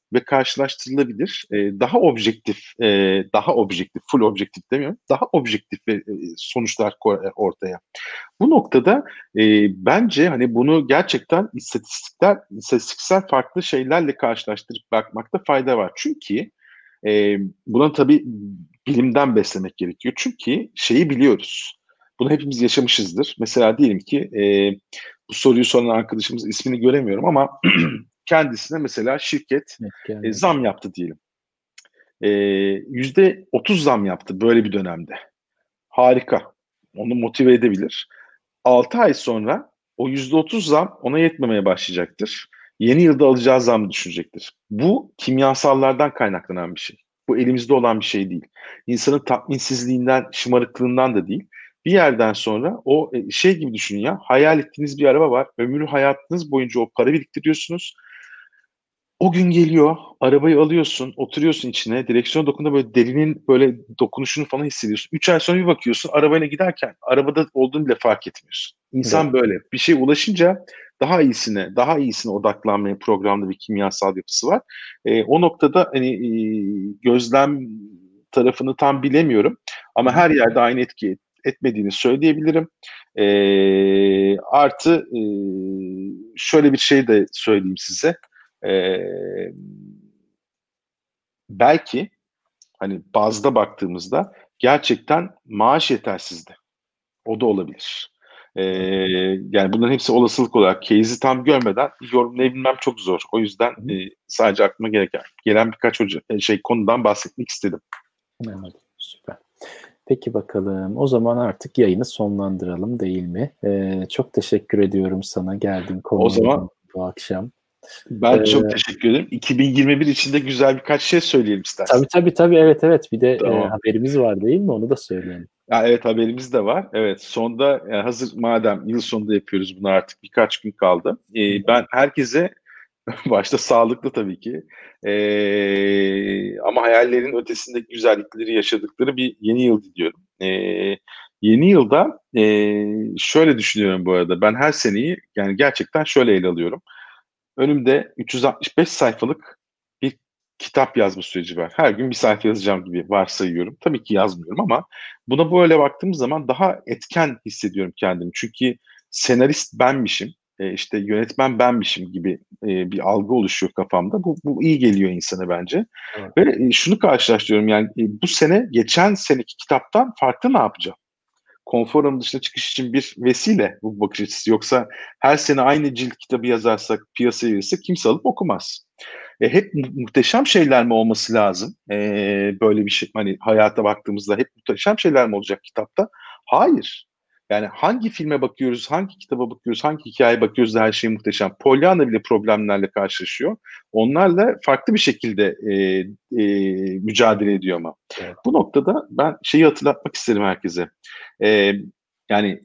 Speaker 2: ve karşılaştırılabilir, e, daha objektif, e, daha objektif, full objektif demiyorum, daha objektif e, sonuçlar ortaya. Bu noktada e, bence hani bunu gerçekten istatistikler, istatistiksel farklı şeylerle karşılaştırıp bakmakta fayda var. Çünkü e, buna tabii bilimden beslemek gerekiyor. Çünkü şeyi biliyoruz. Bunu hepimiz yaşamışızdır. Mesela diyelim ki e, bu soruyu soran arkadaşımız ismini göremiyorum ama kendisine mesela şirket e,
Speaker 1: Evet,
Speaker 2: zam yaptı diyelim. E, yüzde otuz zam yaptı böyle bir dönemde. Harika. Onu motive edebilir. altı ay sonra o yüzde otuz zam ona yetmemeye başlayacaktır. Yeni yılda alacağı zam düşecektir. Bu kimyasallardan kaynaklanan bir şey. Bu elimizde olan bir şey değil. İnsanın tatminsizliğinden, şımarıklığından da değil. Bir yerden sonra o e, şey gibi düşünün ya, hayal ettiğiniz bir araba var. Ömrü hayatınız boyunca o para biriktiriyorsunuz. O gün geliyor, arabayı alıyorsun, oturuyorsun içine, direksiyon dokunduğunda böyle derinin böyle dokunuşunu falan hissediyorsun. Üç ay sonra bir bakıyorsun, arabayla giderken arabada olduğunu bile fark etmiyorsun.
Speaker 1: doğru.
Speaker 2: İnsan böyle. Bir şeye ulaşınca daha iyisine, daha iyisine odaklanmaya programlı bir kimyasal yapısı var. E, o noktada hani e, gözlem tarafını tam bilemiyorum.
Speaker 1: Hı
Speaker 2: Ama
Speaker 1: hı.
Speaker 2: her yerde aynı etki etmediğini söyleyebilirim. E, artı e, şöyle bir şey de söyleyeyim size. Ee, belki hani bazda baktığımızda gerçekten maaş yetersizdi. O da olabilir. Ee, yani bunların hepsi olasılık olarak case'i tam görmeden yorumlayabilmem çok zor. O yüzden
Speaker 1: Hı hı.
Speaker 2: e, sadece aklıma gereken gelen birkaç hoca, şey konudan bahsetmek istedim.
Speaker 1: Anladım. Süper. Peki bakalım. O zaman artık yayını sonlandıralım değil mi? Ee, çok teşekkür ediyorum sana geldiğin
Speaker 2: O
Speaker 1: konuğum
Speaker 2: zaman
Speaker 1: oldun bu akşam.
Speaker 2: ben
Speaker 1: Ee,
Speaker 2: çok teşekkür ederim. iki bin yirmi bir içinde güzel birkaç şey söyleyelim
Speaker 1: tabii
Speaker 2: istersen.
Speaker 1: tabii tabii evet evet. Bir de e,
Speaker 2: Tamam.
Speaker 1: haberimiz var değil mi? Onu da söyleyelim.
Speaker 2: Ya evet, haberimiz de var. Evet, sonda yani hazır madem yıl sonunda yapıyoruz bunu, artık birkaç gün kaldı.
Speaker 1: Hı
Speaker 2: Ee,
Speaker 1: hı.
Speaker 2: ben herkese başta sağlıklı tabii ki ee, ama hayallerin ötesindeki güzellikleri yaşadıkları bir yeni yıl diliyorum. Ee, yeni yılda ee, şöyle düşünüyorum bu arada. Ben her seneyi yani gerçekten şöyle ele alıyorum. Önümde üç yüz altmış beş sayfalık bir kitap yazma süreci var. Her gün bir sayfa yazacağım gibi varsayıyorum. Tabii ki yazmıyorum ama buna böyle baktığımız zaman daha etken hissediyorum kendimi. Çünkü senarist benmişim, e, işte yönetmen benmişim gibi e, bir algı oluşuyor kafamda. Bu, bu iyi geliyor insana bence.
Speaker 1: Doğru.
Speaker 2: Ve e, şunu karşılaştırıyorum, yani e, bu sene geçen seneki kitaptan farklı ne yapacağım? Konfor alanının dışına çıkış için bir vesile bu bakış açısı. Yoksa her sene aynı cilt kitabı yazarsak, piyasaya verirse kimse alıp okumaz. E, hep mu- muhteşem şeyler mi olması lazım? E, böyle bir şey, hani hayata baktığımızda hep muhteşem şeyler mi olacak kitapta? Hayır. Yani hangi filme bakıyoruz, hangi kitaba bakıyoruz, hangi hikayeye bakıyoruz da her şey muhteşem. Pollyanna bile problemlerle karşılaşıyor. Onlarla farklı bir şekilde e, e, mücadele ediyor ama.
Speaker 1: Doğru.
Speaker 2: Bu noktada ben şeyi hatırlatmak isterim herkese. E, yani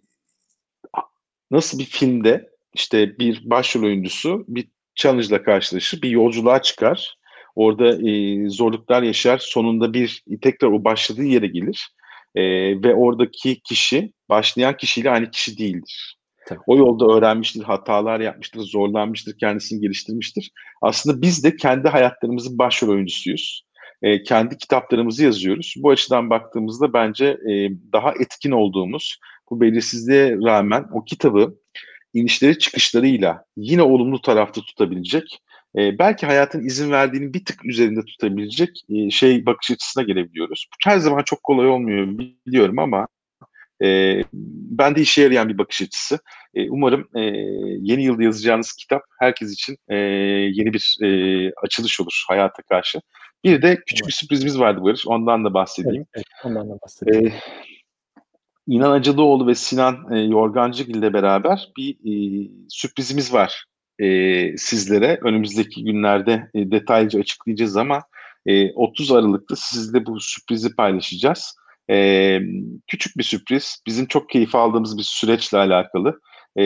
Speaker 2: nasıl bir filmde işte bir başrol oyuncusu bir challenge ile karşılaşır, bir yolculuğa çıkar. Orada e, zorluklar yaşar. Sonunda bir tekrar o başladığı yere gelir. E, ve oradaki kişi başlayan kişiyle aynı kişi değildir.
Speaker 1: Tabii.
Speaker 2: O yolda öğrenmiştir, hatalar yapmıştır, zorlanmıştır, kendisini geliştirmiştir. Aslında biz de kendi hayatlarımızın başrol oyuncusuyuz. E, kendi kitaplarımızı yazıyoruz. Bu açıdan baktığımızda bence e, daha etkin olduğumuz, bu belirsizliğe rağmen o kitabı inişleri çıkışlarıyla yine olumlu tarafta tutabilecek, e, belki hayatın izin verdiğinin bir tık üzerinde tutabilecek e, şey bakış açısına gelebiliyoruz. Bu her zaman çok kolay olmuyor biliyorum ama e, bende işe yarayan bir bakış açısı. E, umarım e, yeni yılda yazacağınız kitap herkes için e, yeni bir e, açılış olur hayata karşı. Bir de küçük bir
Speaker 1: Umarım.
Speaker 2: sürprizimiz vardı Barış, ondan da
Speaker 1: Evet,
Speaker 2: bahsedeyim.
Speaker 1: evet. Ondan da bahsedelim.
Speaker 2: E, İnan Acılıoğlu ve Sinan e, Yorgancıgil ile beraber bir e, sürprizimiz var e, sizlere. Önümüzdeki günlerde e, detaylıca açıklayacağız ama e, otuz Aralık'ta sizle bu sürprizi paylaşacağız. E, küçük bir sürpriz, bizim çok keyif aldığımız bir süreçle alakalı. E,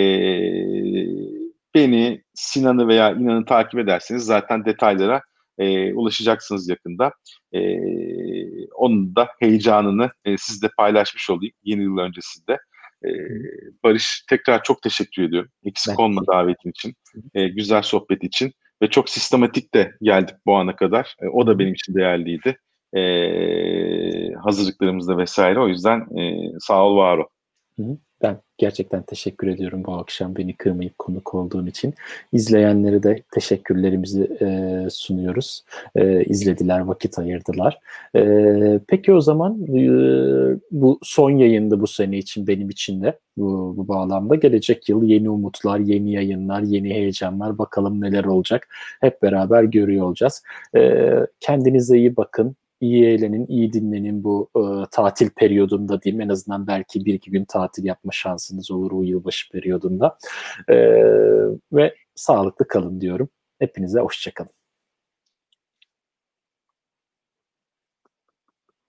Speaker 2: beni, Sinan'ı veya İnan'ı takip ederseniz zaten detaylara e, ulaşacaksınız yakında. E, onun da heyecanını e, sizle paylaşmış olayım yeni yıl öncesinde. E,
Speaker 1: Hı hı.
Speaker 2: Barış, tekrar çok teşekkür ediyorum. Eksik
Speaker 1: Ben
Speaker 2: olma
Speaker 1: teşekkür
Speaker 2: davetin için,
Speaker 1: ederim.
Speaker 2: e, güzel sohbet için. ve çok sistematik de geldik bu ana kadar. E, o da benim için değerliydi. E, hazırlıklarımızda vesaire. O yüzden e, sağ ol, var ol.
Speaker 1: Ben gerçekten teşekkür ediyorum bu akşam beni kırmayıp konuk olduğun için. İzleyenlere de teşekkürlerimizi e, sunuyoruz. E, izlediler, vakit ayırdılar. E, peki o zaman e, bu son yayındı bu sene için, benim için de bu, bu bağlamda. Gelecek yıl yeni umutlar, yeni yayınlar, yeni heyecanlar, bakalım neler olacak. Hep beraber görüyor olacağız. E, kendinize iyi bakın. İyi eğlenin, iyi dinlenin bu e, tatil periyodunda diyeyim. En azından belki bir iki gün tatil yapma şansınız olur o yılbaşı periyodunda. E, ve sağlıklı kalın diyorum. Hepinize hoşça kalın.